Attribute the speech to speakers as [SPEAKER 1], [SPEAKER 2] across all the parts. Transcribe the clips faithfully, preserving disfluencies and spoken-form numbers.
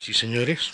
[SPEAKER 1] Sí, señores.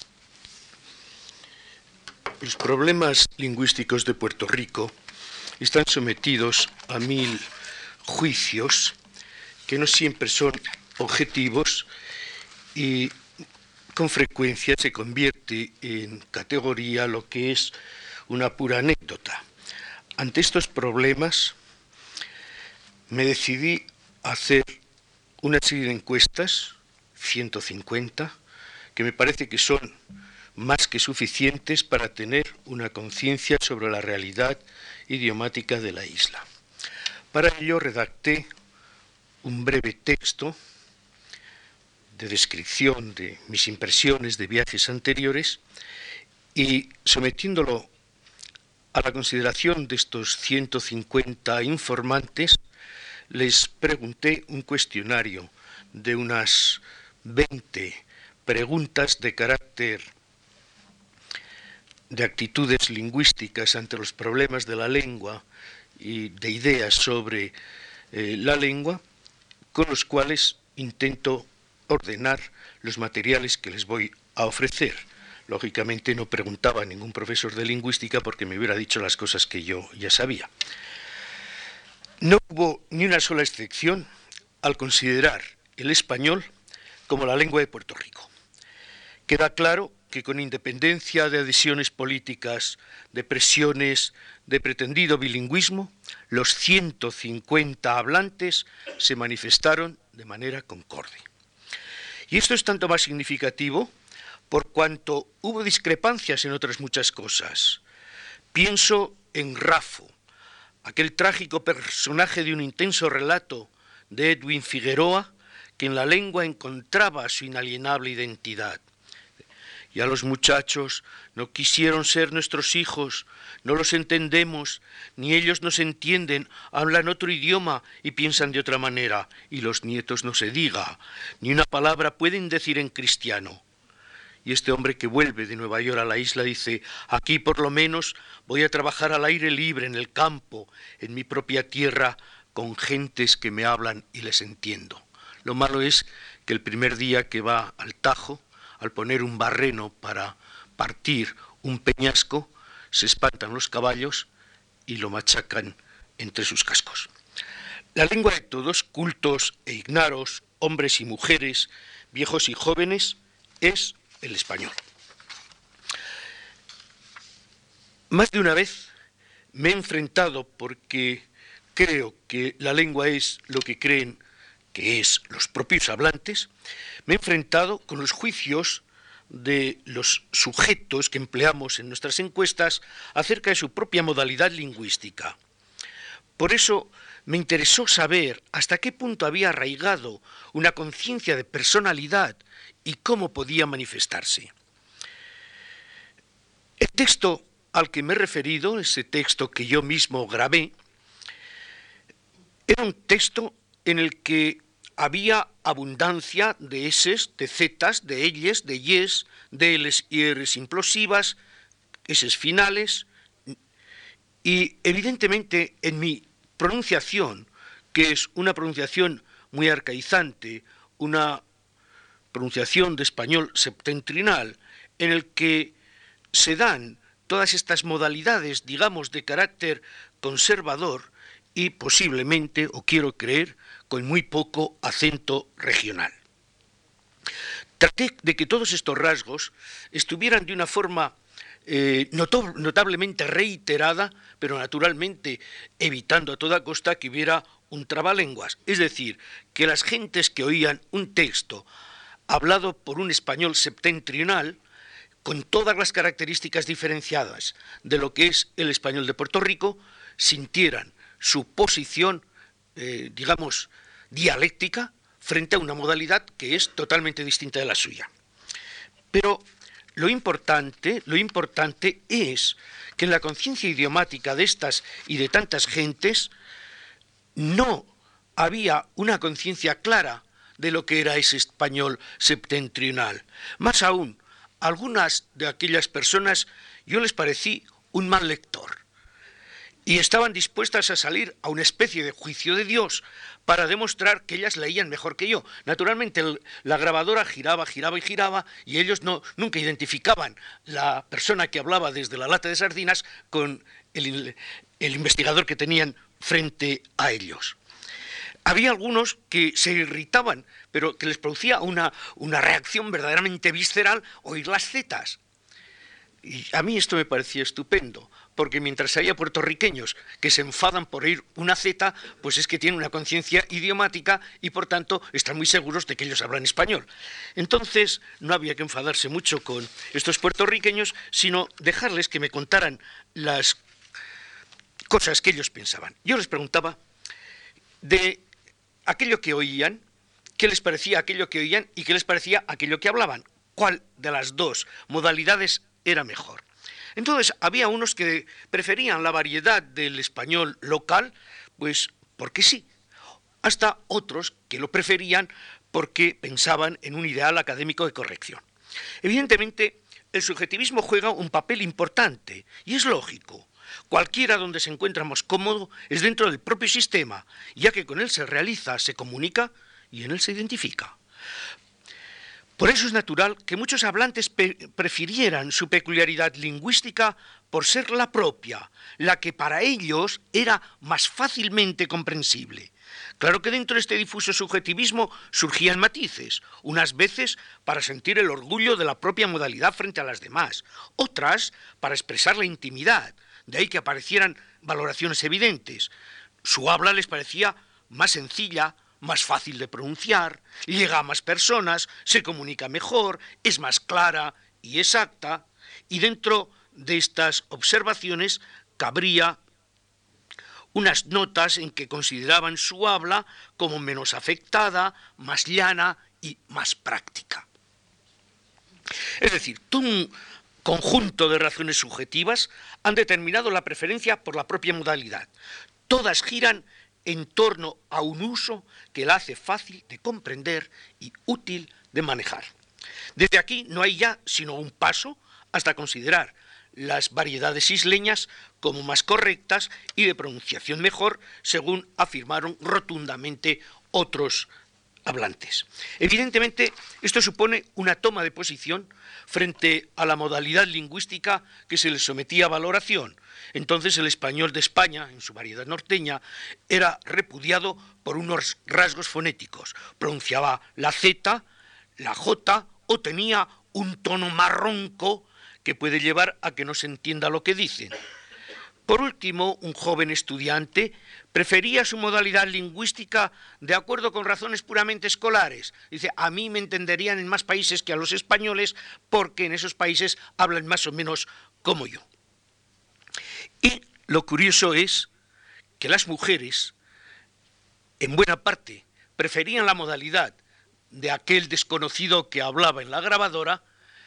[SPEAKER 1] Los problemas lingüísticos de Puerto Rico están sometidos a mil juicios que no siempre son objetivos y con frecuencia se convierte en categoría lo que es una pura anécdota. Ante estos problemas me decidí a hacer una serie de encuestas, ciento cincuenta, que me parece que son más que suficientes para tener una conciencia sobre la realidad idiomática de la isla. Para ello redacté un breve texto de descripción de mis impresiones de viajes anteriores y sometiéndolo a la consideración de estos ciento cincuenta informantes, les pregunté un cuestionario de unas veinte preguntas de carácter de actitudes lingüísticas ante los problemas de la lengua y de ideas sobre eh, la lengua, con los cuales intento ordenar los materiales que les voy a ofrecer. Lógicamente no preguntaba a ningún profesor de lingüística porque me hubiera dicho las cosas que yo ya sabía. No hubo ni una sola excepción al considerar el español como la lengua de Puerto Rico. Queda claro que con independencia de adhesiones políticas, de presiones, de pretendido bilingüismo, los ciento cincuenta hablantes se manifestaron de manera concorde. Y esto es tanto más significativo por cuanto hubo discrepancias en otras muchas cosas. Pienso en Rafo, aquel trágico personaje de un intenso relato de Edwin Figueroa, que en la lengua encontraba su inalienable identidad. Ya los muchachos no quisieron ser nuestros hijos, no los entendemos, ni ellos nos entienden, hablan otro idioma y piensan de otra manera, y los nietos no se diga, ni una palabra pueden decir en cristiano. Y este hombre que vuelve de Nueva York a la isla dice, aquí por lo menos voy a trabajar al aire libre, en el campo, en mi propia tierra, con gentes que me hablan y les entiendo. Lo malo es que el primer día que va al Tajo, al poner un barreno para partir un peñasco, se espantan los caballos y lo machacan entre sus cascos. La lengua de todos, cultos e ignaros, hombres y mujeres, viejos y jóvenes, es el español. Más de una vez me he enfrentado, porque creo que la lengua es lo que creen que es los propios hablantes, me he enfrentado con los juicios de los sujetos que empleamos en nuestras encuestas acerca de su propia modalidad lingüística. Por eso me interesó saber hasta qué punto había arraigado una conciencia de personalidad y cómo podía manifestarse. El texto al que me he referido, ese texto que yo mismo grabé, era un texto en el que había abundancia de eses, de zetas, de elles, de yes, de eles y eres implosivas, eses finales, y evidentemente en mi pronunciación, que es una pronunciación muy arcaizante, una pronunciación de español septentrional, en el que se dan todas estas modalidades, digamos, de carácter conservador y posiblemente, o quiero creer, con muy poco acento regional. Traté de que todos estos rasgos estuvieran de una forma eh, noto- notablemente reiterada, pero naturalmente evitando a toda costa que hubiera un trabalenguas, es decir, que las gentes que oían un texto hablado por un español septentrional, con todas las características diferenciadas de lo que es el español de Puerto Rico, sintieran su posición, eh, digamos, dialéctica frente a una modalidad que es totalmente distinta de la suya. Pero lo importante, lo importante es que en la conciencia idiomática de estas y de tantas gentes no había una conciencia clara de lo que era ese español septentrional. Más aún, algunas de aquellas personas yo les parecí un mal lector. y estaban dispuestas a salir a una especie de juicio de Dios para demostrar que ellas leían mejor que yo. Naturalmente el, la grabadora giraba, giraba y giraba, y ellos no, nunca identificaban la persona que hablaba desde la lata de sardinas con el, el investigador que tenían frente a ellos. Había algunos que se irritaban, pero que les producía una, una reacción verdaderamente visceral oír las zetas. Y a mí esto me parecía estupendo, porque mientras haya puertorriqueños que se enfadan por oír una zeta, pues es que tienen una conciencia idiomática y por tanto están muy seguros de que ellos hablan español. Entonces no había que enfadarse mucho con estos puertorriqueños, sino dejarles que me contaran las cosas que ellos pensaban. Yo les preguntaba de aquello que oían, qué les parecía aquello que oían y qué les parecía aquello que hablaban, cuál de las dos modalidades era mejor. Entonces había unos que preferían la variedad del español local, pues porque sí, hasta otros que lo preferían porque pensaban en un ideal académico de corrección. Evidentemente, el subjetivismo juega un papel importante y es lógico. Cualquiera donde se encuentra más cómodo es dentro del propio sistema, ya que con él se realiza, se comunica y en él se identifica. Por eso es natural que muchos hablantes prefirieran su peculiaridad lingüística por ser la propia, la que para ellos era más fácilmente comprensible. Claro que dentro de este difuso subjetivismo surgían matices, unas veces para sentir el orgullo de la propia modalidad frente a las demás, otras para expresar la intimidad, de ahí que aparecieran valoraciones evidentes. Su habla les parecía más sencilla, más fácil de pronunciar, llega a más personas, se comunica mejor, es más clara y exacta, y dentro de estas observaciones cabría unas notas en que consideraban su habla como menos afectada, más llana y más práctica. Es decir, todo un conjunto de razones subjetivas han determinado la preferencia por la propia modalidad. Todas giran en torno a un uso que la hace fácil de comprender y útil de manejar. Desde aquí no hay ya sino un paso hasta considerar las variedades isleñas como más correctas y de pronunciación mejor, según afirmaron rotundamente otros hablantes. Evidentemente, esto supone una toma de posición frente a la modalidad lingüística que se les sometía a valoración. Entonces el español de España, en su variedad norteña, era repudiado por unos rasgos fonéticos. Pronunciaba la Z, la J o tenía un tono más ronco que puede llevar a que no se entienda lo que dicen. Por último, un joven estudiante prefería su modalidad lingüística de acuerdo con razones puramente escolares. Dice, a mí me entenderían en más países que a los españoles porque en esos países hablan más o menos como yo. Y lo curioso es que las mujeres, en buena parte, preferían la modalidad de aquel desconocido que hablaba en la grabadora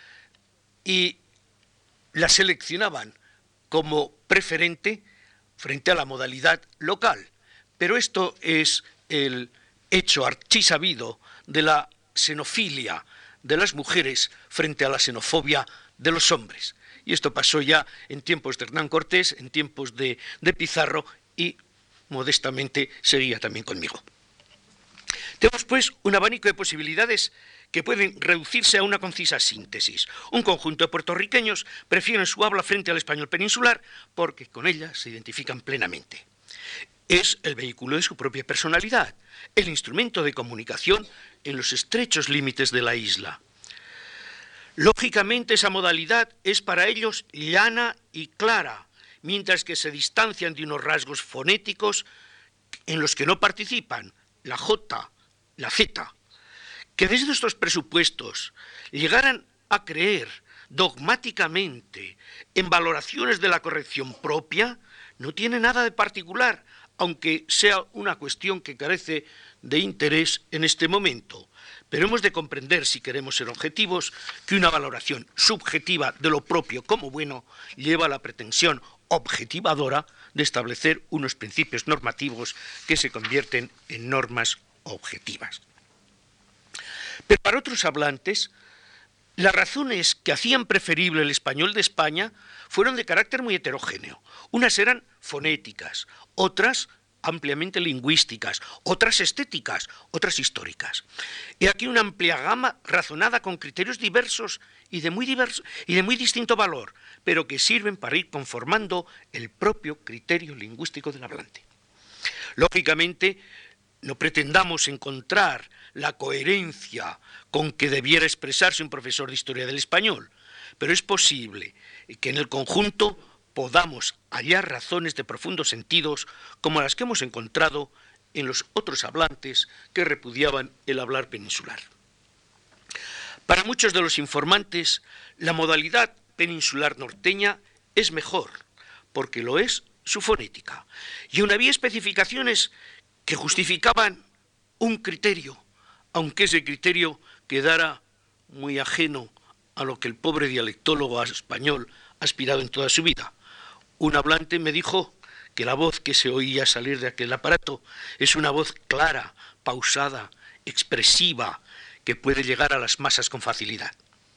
[SPEAKER 1] y la seleccionaban como preferente frente a la modalidad local. Pero esto es el hecho archisabido de la xenofilia de las mujeres frente a la xenofobia de los hombres. Y esto pasó ya en tiempos de Hernán Cortés, en tiempos de, de Pizarro y modestamente seguía también conmigo. Tenemos pues un abanico de posibilidades que pueden reducirse a una concisa síntesis. Un conjunto de puertorriqueños prefieren su habla frente al español peninsular porque con ella se identifican plenamente. Es el vehículo de su propia personalidad, el instrumento de comunicación en los estrechos límites de la isla. Lógicamente esa modalidad es para ellos llana y clara, mientras que se distancian de unos rasgos fonéticos en los que no participan, la J, la Z. Que desde estos presupuestos llegaran a creer dogmáticamente en valoraciones de la corrección propia, no tiene nada de particular, aunque sea una cuestión que carece de interés en este momento. Pero hemos de comprender, si queremos ser objetivos, que una valoración subjetiva de lo propio como bueno lleva a la pretensión objetivadora de establecer unos principios normativos que se convierten en normas objetivas. Pero para otros hablantes, Las razones que hacían preferible el español de España fueron de carácter muy heterogéneo. Unas eran fonéticas, otras ampliamente lingüísticas, otras estéticas, otras históricas. Y aquí una amplia gama razonada con criterios diversos y de muy diverso, y de muy distinto valor, pero que sirven para ir conformando el propio criterio lingüístico del hablante. Lógicamente, no pretendamos encontrar la coherencia con que debiera expresarse un profesor de historia del español, pero es posible que en el conjunto podamos hallar razones de profundos sentidos como las que hemos encontrado en los otros hablantes que repudiaban el hablar peninsular. Para muchos de los informantes, la modalidad peninsular norteña es mejor, porque lo es su fonética, y aún había especificaciones que justificaban un criterio, aunque ese criterio quedara muy ajeno a lo que el pobre dialectólogo español ha aspirado en toda su vida. Un hablante me dijo que la voz que se oía salir de aquel aparato es una voz clara, pausada, expresiva, que puede llegar a las masas con facilidad.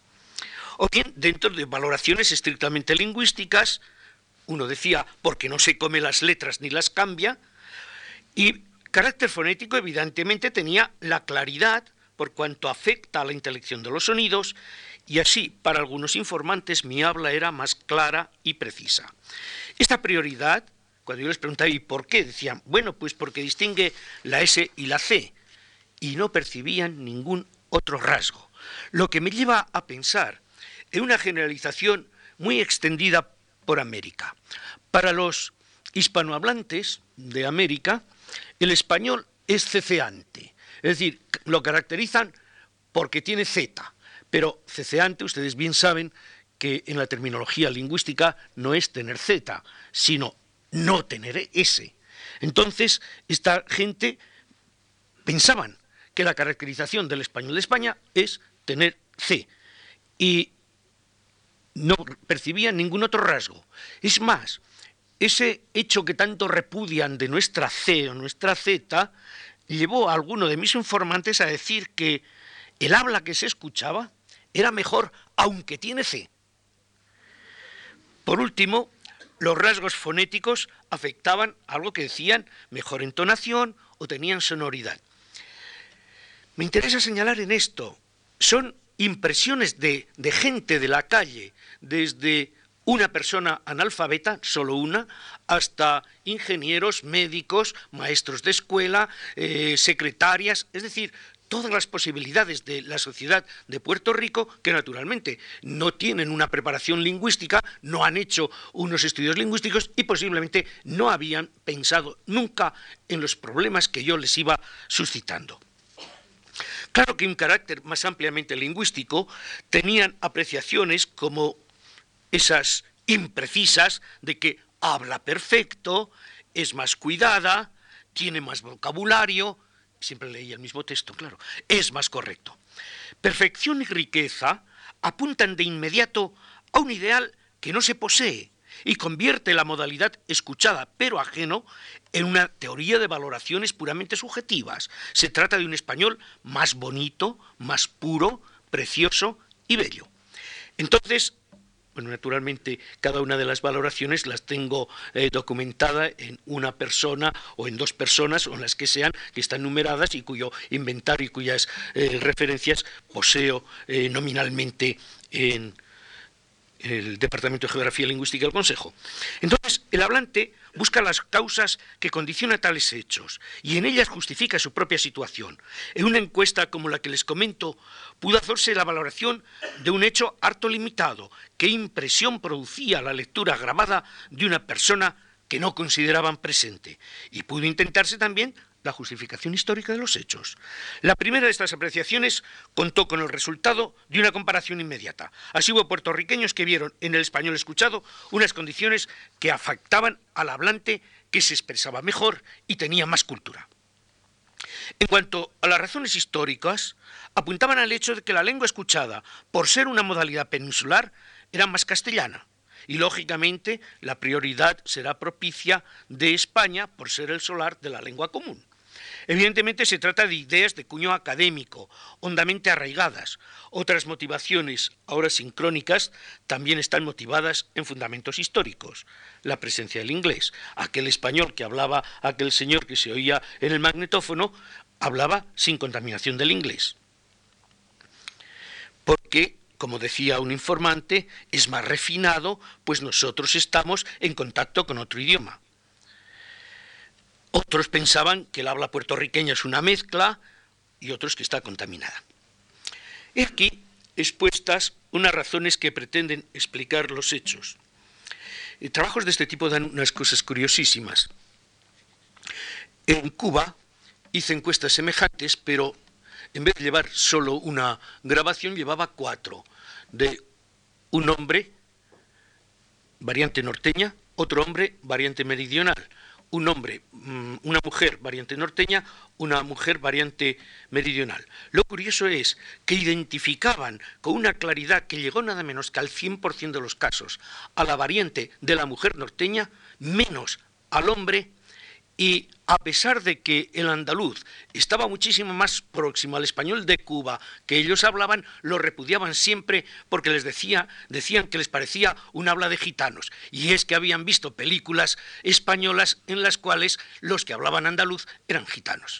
[SPEAKER 1] O bien, dentro de valoraciones estrictamente lingüísticas, uno decía, porque no se come las letras ni las cambia, y carácter fonético evidentemente tenía la claridad por cuanto afecta a la intelección de los sonidos, y así, para algunos informantes, mi habla era más clara y precisa. Esta prioridad, cuando yo les preguntaba ¿y por qué?, decían, bueno, pues porque distingue la S y la C, y no percibían ningún otro rasgo. Lo que me lleva a pensar en una generalización muy extendida por América. Para los hispanohablantes de América, el español es ceceante, es decir, lo caracterizan porque tiene Z, pero ceceante, ustedes bien saben que en la terminología lingüística no es tener Z, sino no tener S. Entonces, esta gente pensaban que la caracterización del español de España es tener C, y no percibían ningún otro rasgo. Es más, ese hecho que tanto repudian de nuestra C o nuestra Z llevó a alguno de mis informantes a decir que el habla que se escuchaba era mejor aunque tiene C. Por último, los rasgos fonéticos afectaban algo que decían mejor entonación o tenían sonoridad. Me interesa señalar en esto, son impresiones de, de gente de la calle, desde una persona analfabeta, solo una, hasta ingenieros, médicos, maestros de escuela, eh, secretarias, es decir, todas las posibilidades de la sociedad de Puerto Rico, que naturalmente no tienen una preparación lingüística, no han hecho unos estudios lingüísticos y posiblemente no habían pensado nunca en los problemas que yo les iba suscitando. Claro que un carácter más ampliamente lingüístico tenían apreciaciones como esas imprecisas de que habla perfecto, es más cuidada, tiene más vocabulario, siempre leía el mismo texto, claro, es más correcto. Perfección y riqueza apuntan de inmediato a un ideal que no se posee y convierte la modalidad escuchada pero ajeno en una teoría de valoraciones puramente subjetivas. Se trata de un español más bonito, más puro, precioso y bello. Entonces, bueno, naturalmente, cada una de las valoraciones las tengo eh, documentada en una persona o en dos personas, o en las que sean, que están numeradas y cuyo inventario y cuyas eh, referencias poseo eh, nominalmente en el Departamento de Geografía Lingüística del Consejo. Entonces, el hablante busca las causas que condicionan tales hechos y en ellas justifica su propia situación. En una encuesta como la que les comento, pudo hacerse la valoración de un hecho harto limitado. ¿Qué impresión producía la lectura grabada de una persona que no consideraban presente? Y pudo intentarse también la justificación histórica de los hechos. La primera de estas apreciaciones contó con el resultado de una comparación inmediata. Así hubo puertorriqueños que vieron en el español escuchado unas condiciones que afectaban al hablante, que se expresaba mejor y tenía más cultura. En cuanto a las razones históricas, apuntaban al hecho de que la lengua escuchada, por ser una modalidad peninsular, era más castellana. Y, lógicamente, la prioridad será propicia de España por ser el solar de la lengua común. Evidentemente se trata de ideas de cuño académico, hondamente arraigadas. Otras motivaciones, ahora sincrónicas, también están motivadas en fundamentos históricos. La presencia del inglés. Aquel español que hablaba, aquel señor que se oía en el magnetófono, hablaba sin contaminación del inglés. Porque, como decía un informante, es más refinado, pues nosotros estamos en contacto con otro idioma. Otros pensaban que el habla puertorriqueña es una mezcla y otros que está contaminada. He aquí expuestas unas razones que pretenden explicar los hechos. Y trabajos de este tipo dan unas cosas curiosísimas. En Cuba hice encuestas semejantes, pero en vez de llevar solo una grabación, llevaba cuatro, de un hombre, variante norteña, otro hombre, variante meridional, un hombre, una mujer, variante norteña, una mujer, variante meridional. Lo curioso es que identificaban con una claridad que llegó nada menos que al cien por ciento de los casos a la variante de la mujer norteña, menos al hombre. Y a pesar de que el andaluz estaba muchísimo más próximo al español de Cuba que ellos hablaban, lo repudiaban siempre porque les decía, decían que les parecía un habla de gitanos. Y es que habían visto películas españolas en las cuales los que hablaban andaluz eran gitanos.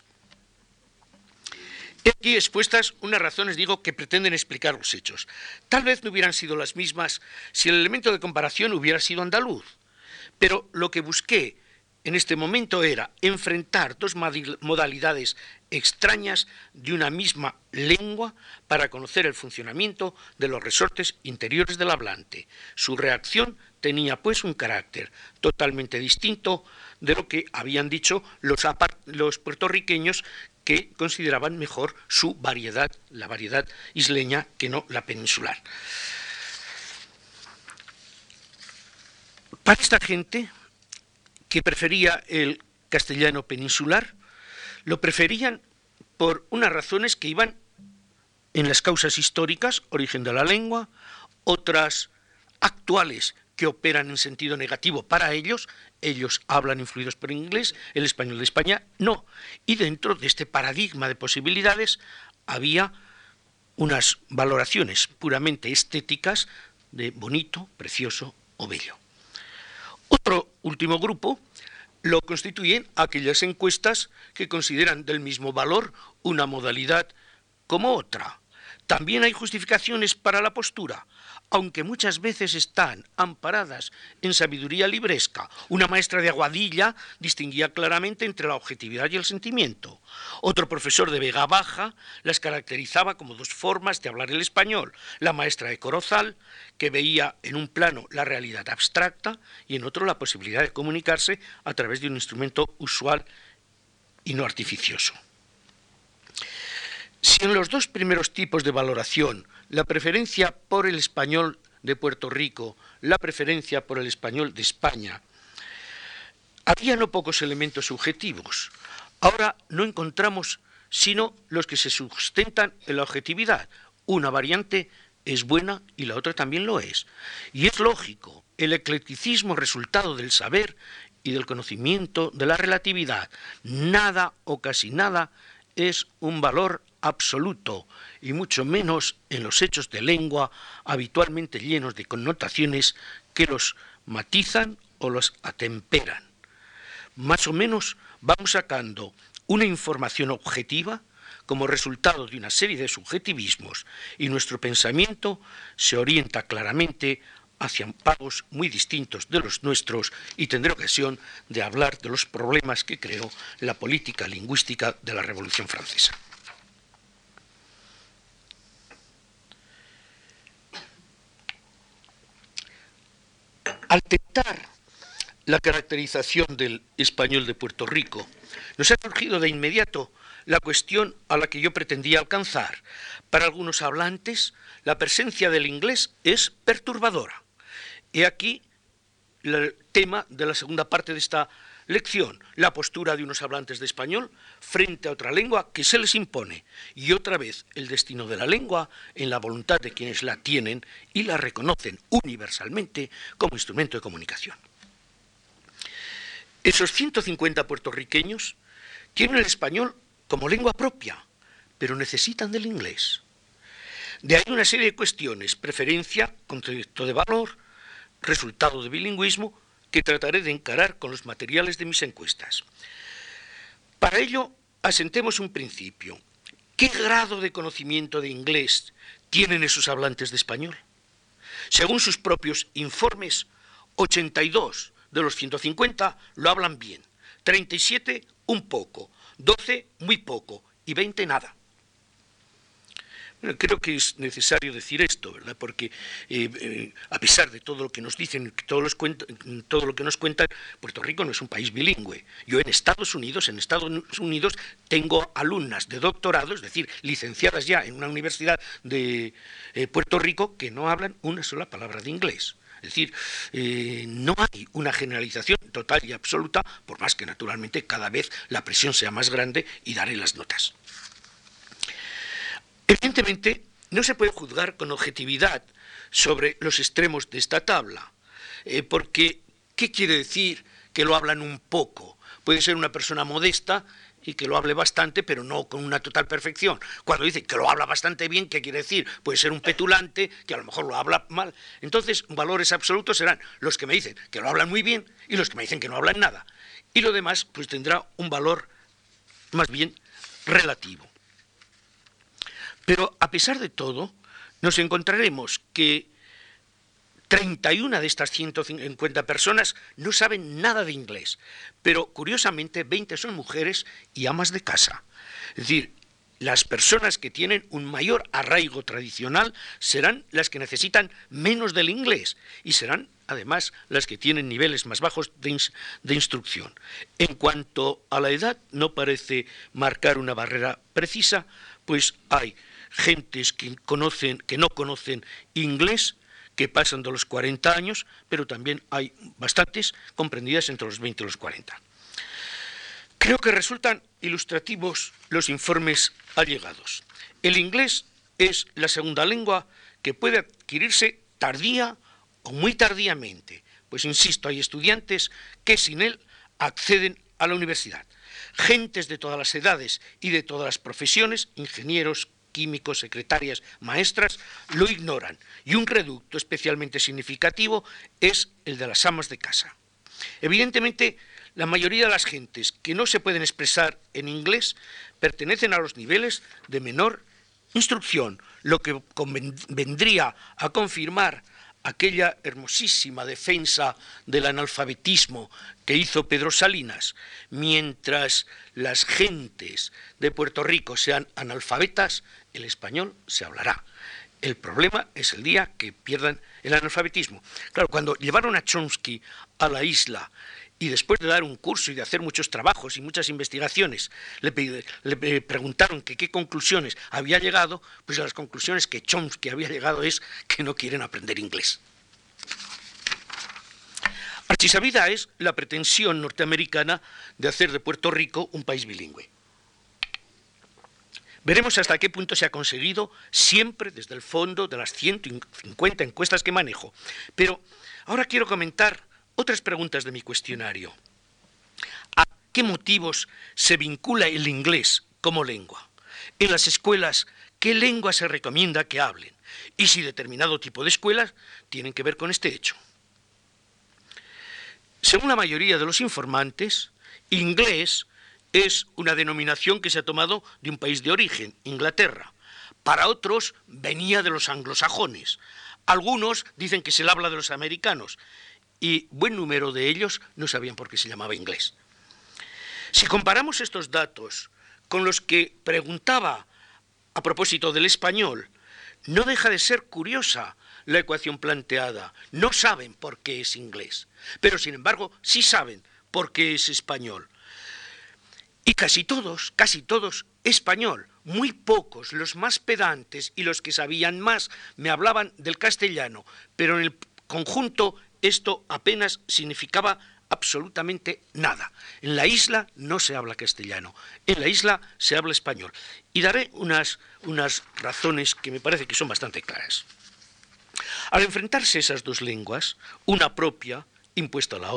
[SPEAKER 1] He aquí expuestas unas razones, digo, que pretenden explicar los hechos. Tal vez no hubieran sido las mismas si el elemento de comparación hubiera sido andaluz. Pero lo que busqué en este momento era enfrentar dos modalidades extrañas de una misma lengua para conocer el funcionamiento de los resortes interiores del hablante. Su reacción tenía pues un carácter totalmente distinto de lo que habían dicho los, los puertorriqueños, que consideraban mejor su variedad, la variedad isleña, que no la peninsular. Para esta gente que prefería el castellano peninsular, lo preferían por unas razones que iban en las causas históricas, origen de la lengua, otras actuales que operan en sentido negativo para ellos. Ellos hablan influidos por inglés, el español de España no. Y dentro de este paradigma de posibilidades había unas valoraciones puramente estéticas de bonito, precioso o bello. Otro último grupo lo constituyen aquellas encuestas que consideran del mismo valor una modalidad como otra. También hay justificaciones para la postura, aunque muchas veces están amparadas en sabiduría libresca. Una maestra de Aguadilla distinguía claramente entre la objetividad y el sentimiento. Otro profesor de Vega Baja las caracterizaba como dos formas de hablar el español. La maestra de Corozal, que veía en un plano la realidad abstracta y en otro la posibilidad de comunicarse a través de un instrumento usual y no artificioso. Si en los dos primeros tipos de valoración, la preferencia por el español de Puerto Rico, la preferencia por el español de España, había no pocos elementos subjetivos, ahora no encontramos sino los que se sustentan en la objetividad. Una variante es buena y la otra también lo es. Y es lógico, el eclecticismo resultado del saber y del conocimiento de la relatividad. Nada o casi nada es un valor absoluto, y mucho menos en los hechos de lengua habitualmente llenos de connotaciones que los matizan o los atemperan. Más o menos vamos sacando una información objetiva como resultado de una serie de subjetivismos, y nuestro pensamiento se orienta claramente hacia pagos muy distintos de los nuestros, y tendré ocasión de hablar de los problemas que creó la política lingüística de la Revolución Francesa. Al tentar la caracterización del español de Puerto Rico, nos ha surgido de inmediato la cuestión a la que yo pretendía alcanzar. Para algunos hablantes, la presencia del inglés es perturbadora. He aquí el tema de la segunda parte de esta lección, la postura de unos hablantes de español frente a otra lengua que se les impone, y otra vez el destino de la lengua en la voluntad de quienes la tienen y la reconocen universalmente como instrumento de comunicación. Esos ciento cincuenta puertorriqueños tienen el español como lengua propia, pero necesitan del inglés. De ahí una serie de cuestiones: preferencia, concepto de valor, resultado de bilingüismo, que trataré de encarar con los materiales de mis encuestas. Para ello, asentemos un principio. ¿Qué grado de conocimiento de inglés tienen esos hablantes de español? Según sus propios informes, ochenta y dos de los ciento cincuenta lo hablan bien, treinta y siete un poco, doce muy poco y veinte nada. Bueno, creo que es necesario decir esto, ¿verdad? Porque eh, eh, a pesar de todo lo que nos dicen, todo, los cuento, todo lo que nos cuentan, Puerto Rico no es un país bilingüe. Yo en Estados Unidos, en Estados Unidos tengo alumnas de doctorado, es decir, licenciadas ya en una universidad de eh, Puerto Rico, que no hablan una sola palabra de inglés. Es decir, eh, no hay una generalización total y absoluta, por más que naturalmente cada vez la presión sea más grande y daré las notas. Evidentemente, no se puede juzgar con objetividad sobre los extremos de esta tabla, eh, porque ¿qué quiere decir que lo hablan un poco? Puede ser una persona modesta y que lo hable bastante, pero no con una total perfección. Cuando dice que lo habla bastante bien, ¿qué quiere decir? Puede ser un petulante, que a lo mejor lo habla mal. Entonces, valores absolutos serán los que me dicen que lo hablan muy bien y los que me dicen que no hablan nada. Y lo demás, pues tendrá un valor más bien relativo. Pero a pesar de todo, nos encontraremos que treinta y una de estas ciento cincuenta personas no saben nada de inglés, pero curiosamente veinte son mujeres y amas de casa. Es decir, las personas que tienen un mayor arraigo tradicional serán las que necesitan menos del inglés y serán además las que tienen niveles más bajos de, ins de instrucción. En cuanto a la edad, no parece marcar una barrera precisa, pues hay gentes que, conocen, que no conocen inglés, que pasan de los cuarenta años, pero también hay bastantes comprendidas entre los veinte y los cuarenta. Creo que resultan ilustrativos los informes allegados. El inglés es la segunda lengua que puede adquirirse tardía o muy tardíamente, pues insisto, hay estudiantes que sin él acceden a la universidad. Gentes de todas las edades y de todas las profesiones, ingenieros, químicos, secretarias, maestras, lo ignoran. Y un reducto especialmente significativo es el de las amas de casa. Evidentemente, la mayoría de las gentes que no se pueden expresar en inglés pertenecen a los niveles de menor instrucción, lo que vendría a confirmar aquella hermosísima defensa del analfabetismo que hizo Pedro Salinas. Mientras las gentes de Puerto Rico sean analfabetas, el español se hablará. El problema es el día que pierdan el analfabetismo. Claro, cuando llevaron a Chomsky a la isla y después de dar un curso y de hacer muchos trabajos y muchas investigaciones, le, le preguntaron que qué conclusiones había llegado, pues a las conclusiones que Chomsky había llegado es que no quieren aprender inglés. Archisabida es la pretensión norteamericana de hacer de Puerto Rico un país bilingüe. Veremos hasta qué punto se ha conseguido, siempre desde el fondo de las ciento cincuenta encuestas que manejo. Pero ahora quiero comentar otras preguntas de mi cuestionario. ¿A qué motivos se vincula el inglés como lengua? En las escuelas, ¿qué lengua se recomienda que hablen? Y si determinado tipo de escuelas tienen que ver con este hecho. Según la mayoría de los informantes, inglés es una denominación que se ha tomado de un país de origen, Inglaterra. Para otros venía de los anglosajones. Algunos dicen que se le habla de los americanos. Y buen número de ellos no sabían por qué se llamaba inglés. Si comparamos estos datos con los que preguntaba a propósito del español, no deja de ser curiosa la ecuación planteada. No saben por qué es inglés, pero sin embargo sí saben por qué es español. Y casi todos, casi todos, español. Muy pocos, los más pedantes y los que sabían más, me hablaban del castellano, pero en el conjunto esto apenas significaba absolutamente nada. En la isla no se habla castellano, en la isla se habla español. Y daré unas, unas razones que me parece que son bastante claras. Al enfrentarse esas dos lenguas, una propia impuesta a la otra,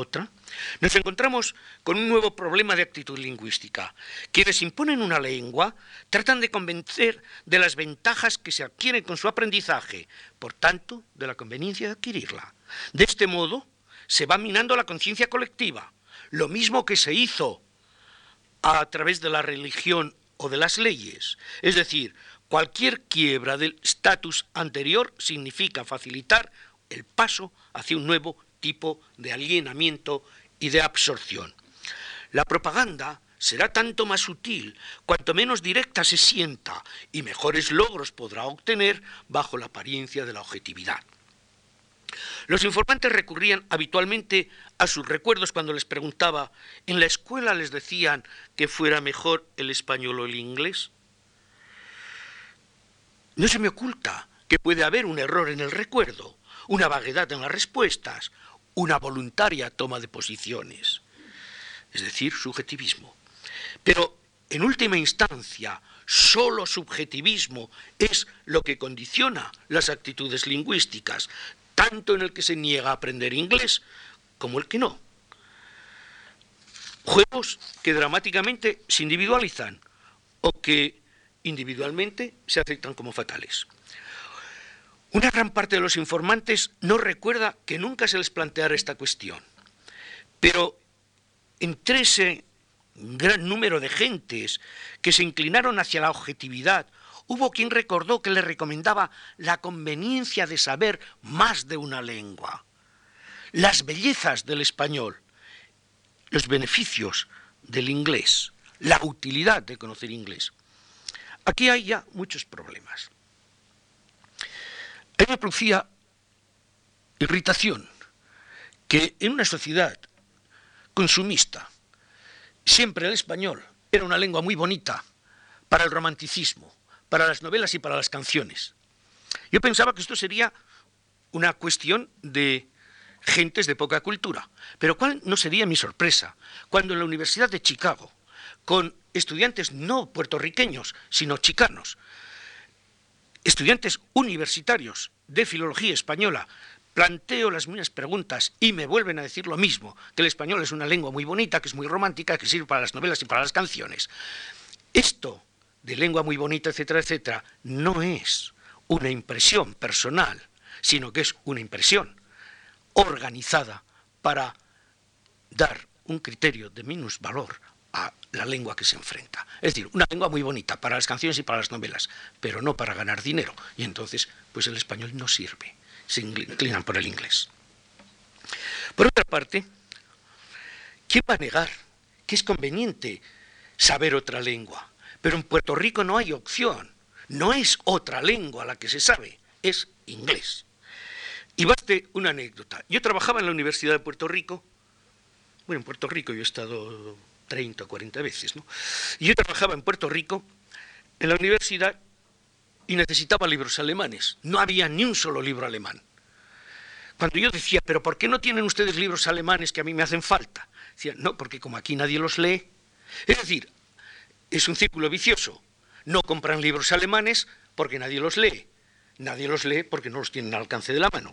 [SPEAKER 1] Nos encontramos con un nuevo problema de actitud lingüística. Quienes imponen una lengua tratan de convencer de las ventajas que se adquieren con su aprendizaje, por tanto, de la conveniencia de adquirirla. De este modo, se va minando la conciencia colectiva, lo mismo que se hizo a través de la religión o de las leyes. Es decir, cualquier quiebra del estatus anterior significa facilitar el paso hacia un nuevo tipo de alienamiento y de absorción. La propaganda será tanto más sutil cuanto menos directa se sienta y mejores logros podrá obtener bajo la apariencia de la objetividad. Los informantes recurrían habitualmente a sus recuerdos cuando les preguntaba: ¿en la escuela les decían que fuera mejor el español o el inglés? No se me oculta que puede haber un error en el recuerdo, una vaguedad en las respuestas, una voluntaria toma de posiciones, es decir, subjetivismo. Pero, en última instancia, solo subjetivismo es lo que condiciona las actitudes lingüísticas, tanto en el que se niega a aprender inglés como el que no. Juegos que dramáticamente se individualizan o que individualmente se aceptan como fatales. Una gran parte de los informantes no recuerda que nunca se les planteara esta cuestión, pero entre ese gran número de gentes que se inclinaron hacia la objetividad, hubo quien recordó que le recomendaba la conveniencia de saber más de una lengua, las bellezas del español, los beneficios del inglés, la utilidad de conocer inglés. Aquí hay ya muchos problemas. A mí me producía irritación que en una sociedad consumista siempre el español era una lengua muy bonita para el romanticismo, para las novelas y para las canciones. Yo pensaba que esto sería una cuestión de gentes de poca cultura, pero ¿cuál no sería mi sorpresa cuando en la Universidad de Chicago, con estudiantes no puertorriqueños, sino chicanos, estudiantes universitarios de filología española, planteo las mismas preguntas y me vuelven a decir lo mismo, que el español es una lengua muy bonita, que es muy romántica, que sirve para las novelas y para las canciones? Esto de lengua muy bonita, etcétera, etcétera, no es una impresión personal, sino que es una impresión organizada para dar un criterio de minusvalor a la lengua que se enfrenta. Es decir, una lengua muy bonita para las canciones y para las novelas, pero no para ganar dinero. Y entonces, pues el español no sirve. Se inclinan por el inglés. Por otra parte, ¿quién va a negar que es conveniente saber otra lengua? Pero en Puerto Rico no hay opción. No es otra lengua la que se sabe, es inglés. Y baste una anécdota. Yo trabajaba en la Universidad de Puerto Rico. Bueno, en Puerto Rico yo he estado treinta o cuarenta veces, ¿no? Y yo trabajaba en Puerto Rico, en la universidad, y necesitaba libros alemanes. No había ni un solo libro alemán. Cuando yo decía, ¿pero por qué no tienen ustedes libros alemanes que a mí me hacen falta? Decían, no, porque como aquí nadie los lee. Es decir, es un círculo vicioso. No compran libros alemanes porque nadie los lee. Nadie los lee porque no los tienen al alcance de la mano.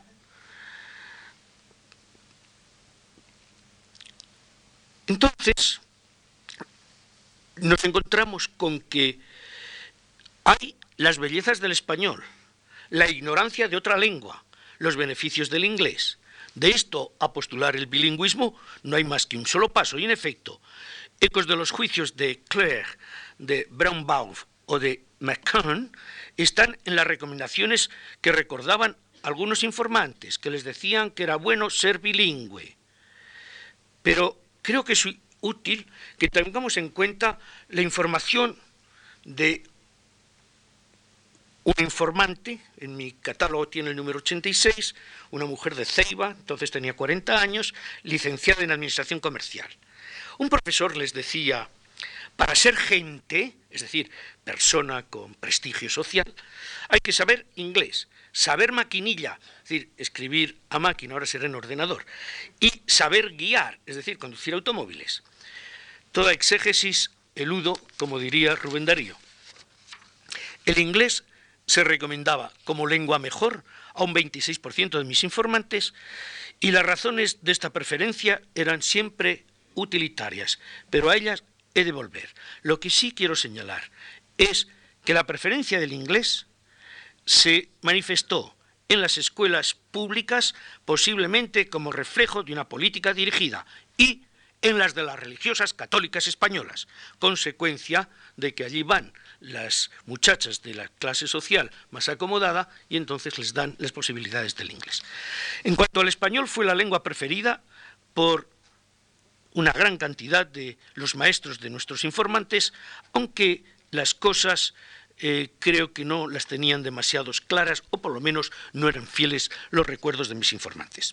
[SPEAKER 1] Entonces, nos encontramos con que hay las bellezas del español, la ignorancia de otra lengua, los beneficios del inglés. De esto a postular el bilingüismo no hay más que un solo paso, y en efecto, ecos de los juicios de Clare, de Braunbaum o de McCann están en las recomendaciones que recordaban algunos informantes, que les decían que era bueno ser bilingüe. Pero creo que es útil que tengamos en cuenta la información de un informante, en mi catálogo tiene el número ochenta y seis, una mujer de Ceiba, entonces tenía cuarenta años, licenciada en Administración Comercial. Un profesor les decía, para ser gente, es decir, persona con prestigio social, hay que saber inglés, saber maquinilla, es decir, escribir a máquina, ahora será en ordenador, y saber guiar, es decir, conducir automóviles. Toda exégesis eludo, como diría Rubén Darío. El inglés se recomendaba como lengua mejor, a un veintiséis por ciento de mis informantes, y las razones de esta preferencia eran siempre utilitarias, pero a ellas he de volver. Lo que sí quiero señalar es que la preferencia del inglés se manifestó en las escuelas públicas posiblemente como reflejo de una política dirigida, y en las de las religiosas católicas españolas, consecuencia de que allí van las muchachas de la clase social más acomodada y entonces les dan las posibilidades del inglés. En cuanto al español, fue la lengua preferida por una gran cantidad de los maestros de nuestros informantes, aunque las cosas eh, creo que no las tenían demasiado claras, o por lo menos no eran fieles los recuerdos de mis informantes.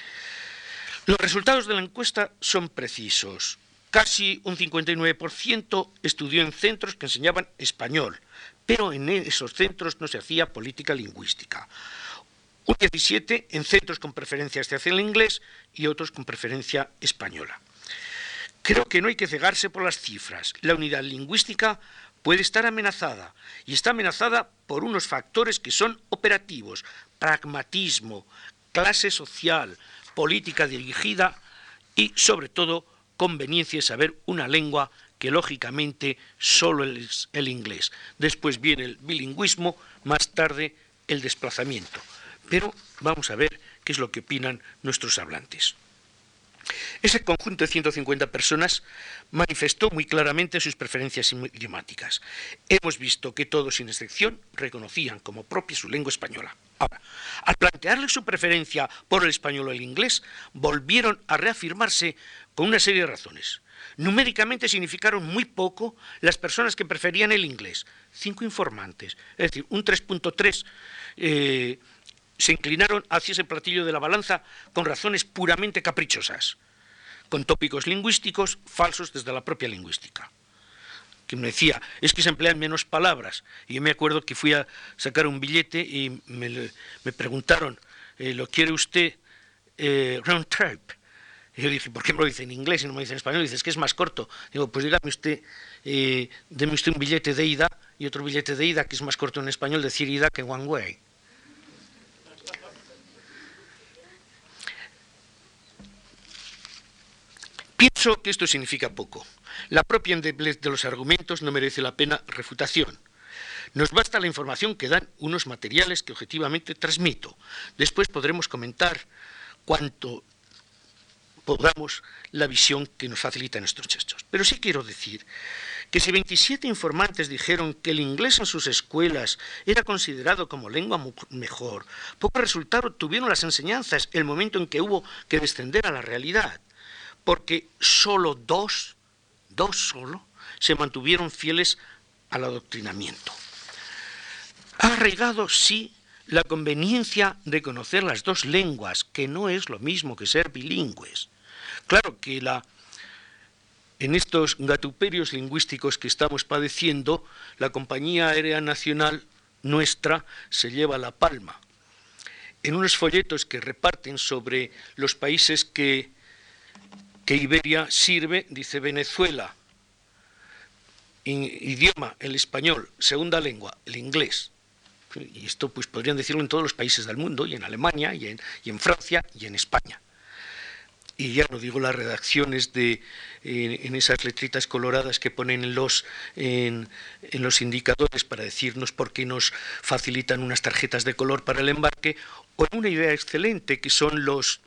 [SPEAKER 1] Los resultados de la encuesta son precisos. Casi un cincuenta y nueve por ciento estudió en centros que enseñaban español, pero en esos centros no se hacía política lingüística. Un diecisiete por ciento en centros con preferencia hacia el inglés y otros con preferencia española. Creo que no hay que cegarse por las cifras. La unidad lingüística puede estar amenazada, y está amenazada por unos factores que son operativos: pragmatismo, clase social, política dirigida y, sobre todo, conveniencia de saber una lengua que, lógicamente, solo es el inglés. Después viene el bilingüismo, más tarde el desplazamiento. Pero vamos a ver qué es lo que opinan nuestros hablantes. Ese conjunto de ciento cincuenta personas manifestó muy claramente sus preferencias idiomáticas. Hemos visto que todos, sin excepción, reconocían como propia su lengua española. Ahora, al plantearle su preferencia por el español o el inglés, volvieron a reafirmarse con una serie de razones. Numéricamente significaron muy poco las personas que preferían el inglés, cinco informantes, es decir, un tres punto tres eh, se inclinaron hacia ese platillo de la balanza con razones puramente caprichosas, con tópicos lingüísticos falsos desde la propia lingüística. Que me decía, es que se emplean menos palabras. Y yo me acuerdo que fui a sacar un billete y me, me preguntaron, eh, ¿lo quiere usted eh, round trip? Y yo dije, ¿por qué me lo dice en inglés y no me dice en español? Y dice, es que es más corto. Digo, pues dígame usted, eh, deme usted un billete de ida y otro billete de ida, que es más corto en español decir ida que one way. Pienso que esto significa poco. La propia endeblez de los argumentos no merece la pena refutación. Nos basta la información que dan unos materiales que objetivamente transmito. Después podremos comentar cuanto podamos la visión que nos facilitan estos textos. Pero sí quiero decir que si veintisiete informantes dijeron que el inglés en sus escuelas era considerado como lengua mejor, poco resultado tuvieron las enseñanzas el momento en que hubo que descender a la realidad, porque solo dos, dos solo, se mantuvieron fieles al adoctrinamiento. Ha arraigado, sí, la conveniencia de conocer las dos lenguas, que no es lo mismo que ser bilingües. Claro que la, en estos gatuperios lingüísticos que estamos padeciendo, la compañía aérea nacional nuestra se lleva la palma. En unos folletos que reparten sobre los países que, que Iberia sirve, dice Venezuela, idioma el español, segunda lengua el inglés. Y esto pues podrían decirlo en todos los países del mundo, y en Alemania, y en, y en Francia, y en España. Y ya no digo las redacciones de, eh, en esas letritas coloradas que ponen en los, en, en los indicadores para decirnos por qué nos facilitan unas tarjetas de color para el embarque, o en una idea excelente que son los,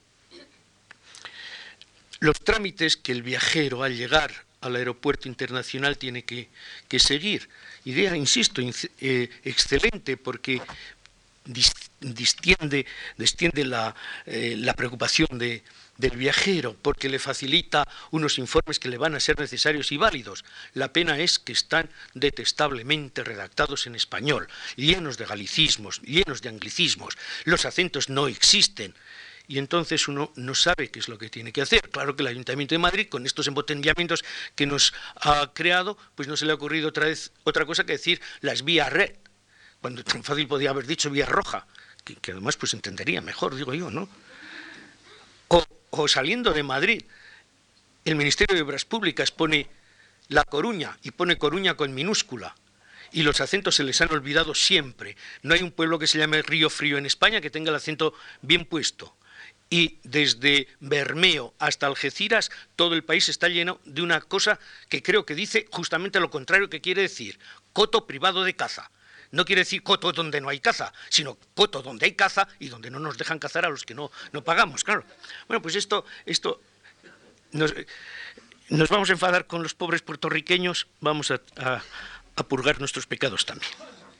[SPEAKER 1] los trámites que el viajero al llegar al aeropuerto internacional tiene que, que seguir. Idea, insisto, eh, excelente, porque distiende, distiende la, eh, la preocupación de, del viajero, porque le facilita unos informes que le van a ser necesarios y válidos. La pena es que están detestablemente redactados en español, llenos de galicismos, llenos de anglicismos. Los acentos no existen. Y entonces uno no sabe qué es lo que tiene que hacer. Claro que el Ayuntamiento de Madrid, con estos embotellamientos que nos ha creado, pues no se le ha ocurrido otra vez otra cosa que decir las vías red, cuando tan fácil podía haber dicho vía roja, que, que además pues entendería mejor, digo yo, ¿no? O, o saliendo de Madrid, el Ministerio de Obras Públicas pone La Coruña y pone Coruña con minúscula. y los acentos se les han olvidado siempre. No hay un pueblo que se llame Río Frío en España que tenga el acento bien puesto. Y desde Bermeo hasta Algeciras, todo el país está lleno de una cosa que creo que dice justamente lo contrario que quiere decir, coto privado de caza. No quiere decir coto donde no hay caza, sino coto donde hay caza y donde no nos dejan cazar a los que no, no pagamos, claro. Bueno, pues esto, esto nos, nos vamos a enfadar con los pobres puertorriqueños, vamos a, a, a purgar nuestros pecados también.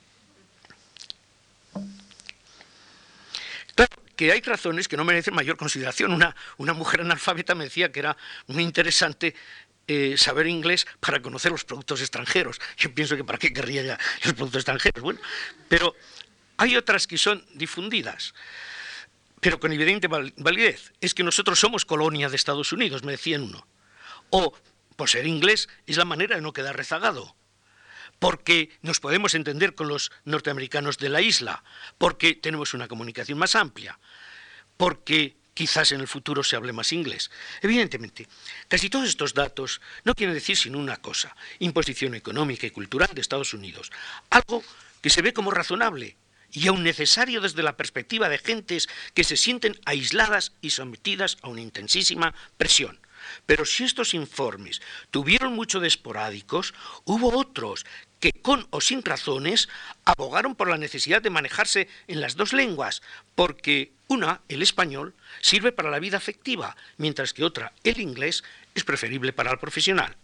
[SPEAKER 1] Claro que hay razones que no merecen mayor consideración. Una, una mujer analfabeta me decía que era muy interesante Eh, saber inglés para conocer los productos extranjeros. Yo pienso que para qué querría ya los productos extranjeros. Bueno, pero hay otras que son difundidas, pero con evidente validez. Es que nosotros somos colonia de Estados Unidos, me decían uno. O, por ser inglés, es la manera de no quedar rezagado. Porque nos podemos entender con los norteamericanos de la isla, porque tenemos una comunicación más amplia, porque quizás en el futuro se hable más inglés. Evidentemente, casi todos estos datos no quieren decir sino una cosa, imposición económica y cultural de Estados Unidos, algo que se ve como razonable y aún necesario desde la perspectiva de gentes que se sienten aisladas y sometidas a una intensísima presión. Pero si estos informes tuvieron mucho de esporádicos, hubo otros que con o sin razones abogaron por la necesidad de manejarse en las dos lenguas, porque una, el español, sirve para la vida afectiva, mientras que otra, el inglés, es preferible para el profesional.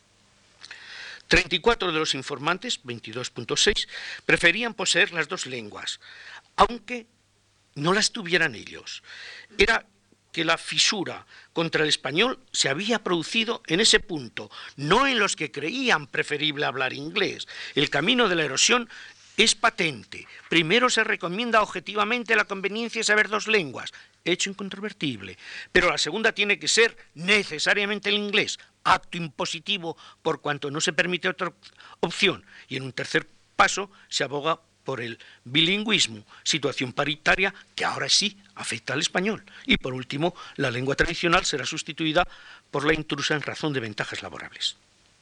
[SPEAKER 1] treinta y cuatro de los informantes, veintidós punto seis, preferían poseer las dos lenguas, aunque no las tuvieran ellos. Era que la fisura contra el español se había producido en ese punto, no en los que creían preferible hablar inglés. El camino de la erosión es patente. Primero se recomienda objetivamente la conveniencia de saber dos lenguas, hecho incontrovertible, pero la segunda tiene que ser necesariamente el inglés, acto impositivo por cuanto no se permite otra opción, y en un tercer paso se aboga por el bilingüismo, situación paritaria que ahora sí afecta al español. Y por último, la lengua tradicional será sustituida por la intrusa en razón de ventajas laborables.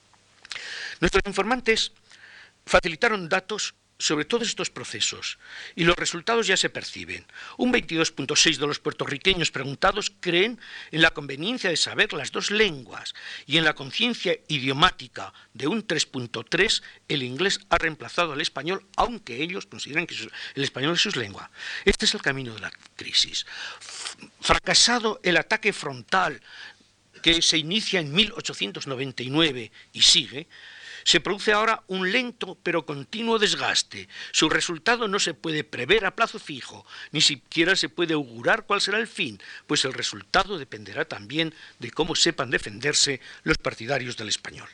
[SPEAKER 1] Nuestros informantes facilitaron datos sobre todos estos procesos y los resultados ya se perciben. Un veintidós punto seis de los puertorriqueños preguntados creen en la conveniencia de saber las dos lenguas y en la conciencia idiomática de un tres punto tres el inglés ha reemplazado al español, aunque ellos consideran que el español es su lengua. Este es el camino de la crisis. Fracasado el ataque frontal que se inicia en mil ochocientos noventa y nueve y sigue, se produce ahora un lento pero continuo desgaste. Su resultado no se puede prever a plazo fijo, ni siquiera se puede augurar cuál será el fin, pues el resultado dependerá también de cómo sepan defenderse los partidarios del español.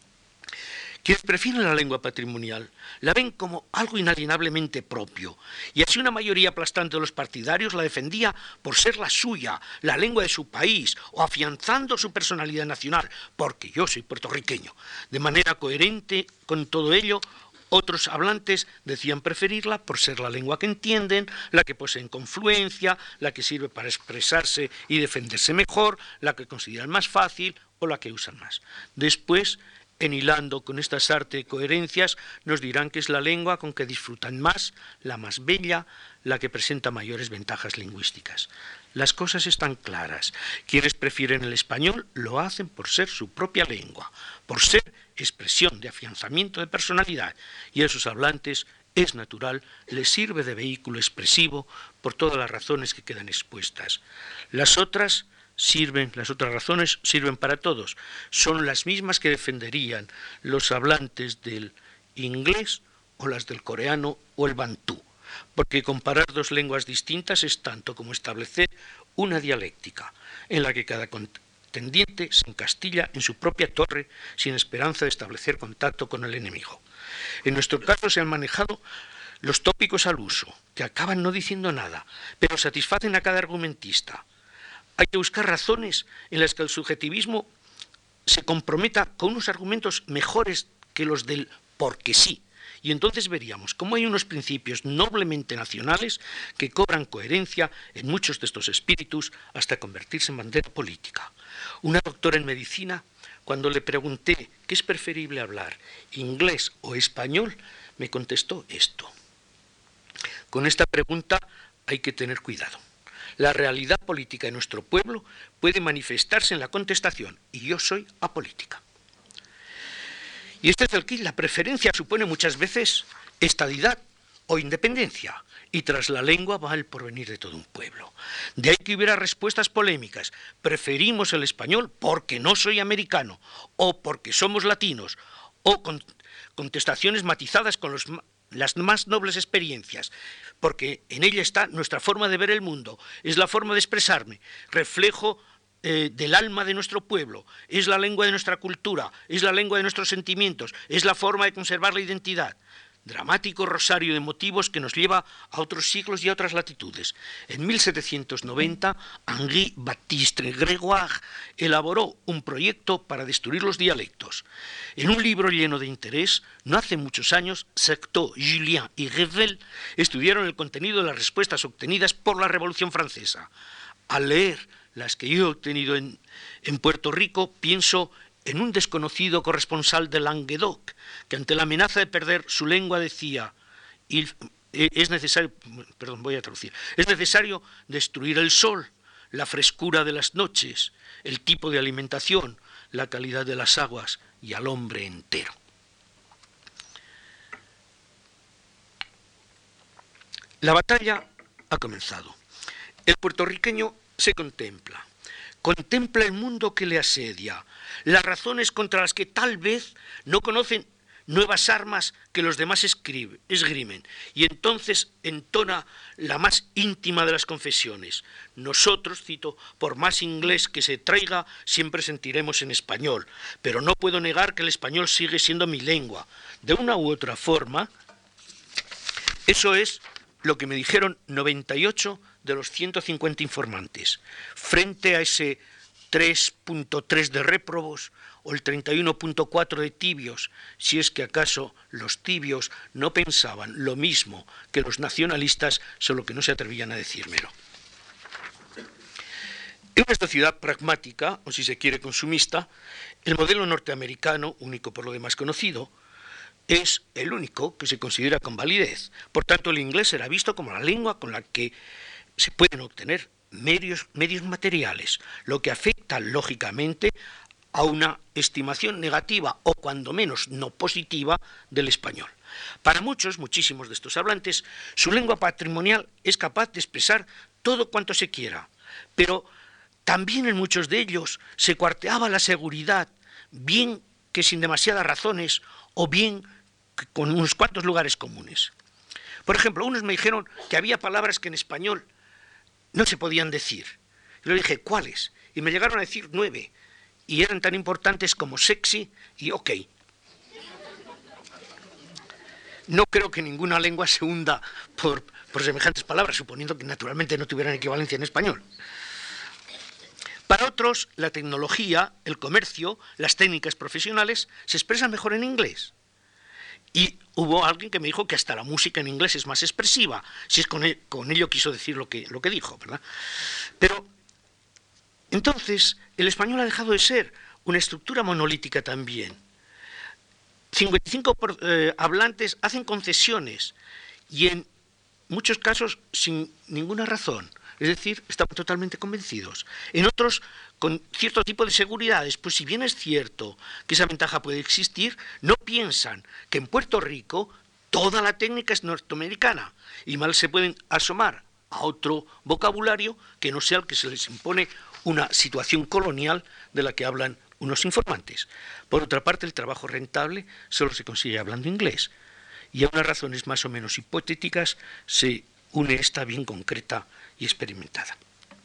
[SPEAKER 1] Quienes prefieren la lengua patrimonial la ven como algo inalienablemente propio, y así una mayoría aplastante de los partidarios la defendía por ser la suya, la lengua de su país, o afianzando su personalidad nacional, porque yo soy puertorriqueño. De manera coherente con todo ello, otros hablantes decían preferirla por ser la lengua que entienden, la que poseen confluencia, la que sirve para expresarse y defenderse mejor, la que consideran más fácil o la que usan más. Después, en hilando con estas arte y coherencias, nos dirán que es la lengua con que disfrutan más, la más bella, la que presenta mayores ventajas lingüísticas. Las cosas están claras. Quienes prefieren el español lo hacen por ser su propia lengua, por ser expresión de afianzamiento de personalidad, y a sus hablantes es natural, les sirve de vehículo expresivo por todas las razones que quedan expuestas. Las otras sirven, las otras razones sirven para todos. Son las mismas que defenderían los hablantes del inglés o las del coreano o el bantú, porque comparar dos lenguas distintas es tanto como establecer una dialéctica en la que cada contendiente se encastilla en su propia torre sin esperanza de establecer contacto con el enemigo. En nuestro caso se han manejado los tópicos al uso, que acaban no diciendo nada, pero satisfacen a cada argumentista. Hay que buscar razones en las que el subjetivismo se comprometa con unos argumentos mejores que los del porque sí. Y entonces veríamos cómo hay unos principios noblemente nacionales que cobran coherencia en muchos de estos espíritus hasta convertirse en bandera política. Una doctora en medicina, cuando le pregunté qué es preferible hablar, inglés o español, me contestó esto. Con esta pregunta hay que tener cuidado. La realidad política de nuestro pueblo puede manifestarse en la contestación, y yo soy apolítica. Y este es el quid. La preferencia supone muchas veces estadidad o independencia, y tras la lengua va el porvenir de todo un pueblo. De ahí que hubiera respuestas polémicas. Preferimos el español porque no soy americano, o porque somos latinos, o con contestaciones matizadas con los, las más nobles experiencias, porque en ella está nuestra forma de ver el mundo, es la forma de expresarme, reflejo eh, del alma de nuestro pueblo, es la lengua de nuestra cultura, es la lengua de nuestros sentimientos, es la forma de conservar la identidad. Dramático rosario de motivos que nos lleva a otros siglos y a otras latitudes. En mil setecientos noventa, Henri Baptiste Grégoire elaboró un proyecto para destruir los dialectos. En un libro lleno de interés, no hace muchos años, Certeau, Julien y Revel estudiaron el contenido de las respuestas obtenidas por la Revolución Francesa. Al leer las que yo he obtenido en, en Puerto Rico, pienso en un desconocido corresponsal de Languedoc, que ante la amenaza de perder su lengua decía, es necesario, perdón, voy a traducir, es necesario destruir el sol, la frescura de las noches, el tipo de alimentación, la calidad de las aguas y al hombre entero. La batalla ha comenzado. El puertorriqueño se contempla. Contempla el mundo que le asedia, las razones contra las que tal vez no conocen nuevas armas que los demás escribe, esgrimen, y entonces entona la más íntima de las confesiones. Nosotros, cito, por más inglés que se traiga, siempre sentiremos en español, pero no puedo negar que el español sigue siendo mi lengua. De una u otra forma, eso es lo que me dijeron noventa y ocho de los ciento cincuenta informantes, frente a ese tres punto tres de réprobos o el treinta y uno punto cuatro de tibios, si es que acaso los tibios no pensaban lo mismo que los nacionalistas, solo que no se atrevían a decírmelo. En una sociedad pragmática, o si se quiere consumista, el modelo norteamericano, único por lo demás conocido, es el único que se considera con validez. Por tanto, el inglés será visto como la lengua con la que se pueden obtener medios, medios materiales, lo que afecta lógicamente a una estimación negativa o cuando menos no positiva del español. Para muchos, muchísimos de estos hablantes, su lengua patrimonial es capaz de expresar todo cuanto se quiera, pero también en muchos de ellos se cuarteaba la seguridad, bien que sin demasiadas razones o bien con unos cuantos lugares comunes. Por ejemplo, unos me dijeron que había palabras que en español no se podían decir. Yo le dije, ¿cuáles? Y me llegaron a decir nueve, y eran tan importantes como sexy y ok. No creo que ninguna lengua se hunda por, por semejantes palabras, suponiendo que naturalmente no tuvieran equivalencia en español. Para otros, la tecnología, el comercio, las técnicas profesionales se expresan mejor en inglés. Y hubo alguien que me dijo que hasta la música en inglés es más expresiva, si es con, el, con ello quiso decir lo que, lo que dijo, ¿verdad? Pero entonces el español ha dejado de ser una estructura monolítica también. cincuenta y cinco por, eh, hablantes hacen concesiones y en muchos casos sin ninguna razón. Es decir, están totalmente convencidos. En otros, con cierto tipo de seguridades, pues si bien es cierto que esa ventaja puede existir, no piensan que en Puerto Rico toda la técnica es norteamericana y mal se pueden asomar a otro vocabulario que no sea el que se les impone una situación colonial de la que hablan unos informantes. Por otra parte, el trabajo rentable solo se consigue hablando inglés y a unas razones más o menos hipotéticas se une esta bien concreta y experimentada.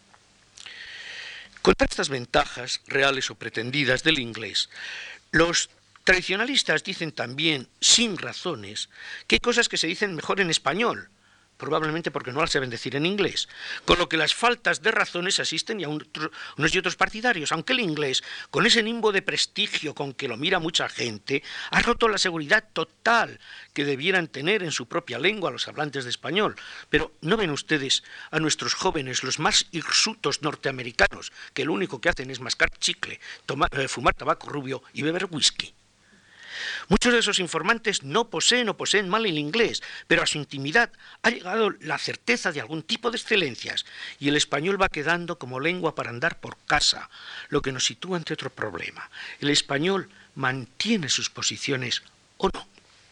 [SPEAKER 1] Contra estas ventajas, reales o pretendidas, del inglés, los tradicionalistas dicen también, sin razones, que hay cosas que se dicen mejor en español, probablemente porque no las saben decir en inglés, con lo que las faltas de razones asisten y a otro, unos y otros partidarios, aunque el inglés, con ese nimbo de prestigio con que lo mira mucha gente, ha roto la seguridad total que debieran tener en su propia lengua los hablantes de español. Pero ¿no ven ustedes a nuestros jóvenes, los más hirsutos norteamericanos, que lo único que hacen es mascar chicle, tomar, eh, fumar tabaco rubio y beber whisky? Muchos de esos informantes no poseen o poseen mal el inglés, pero a su intimidad ha llegado la certeza de algún tipo de excelencias y el español va quedando como lengua para andar por casa, lo que nos sitúa ante otro problema. ¿El español mantiene sus posiciones o no?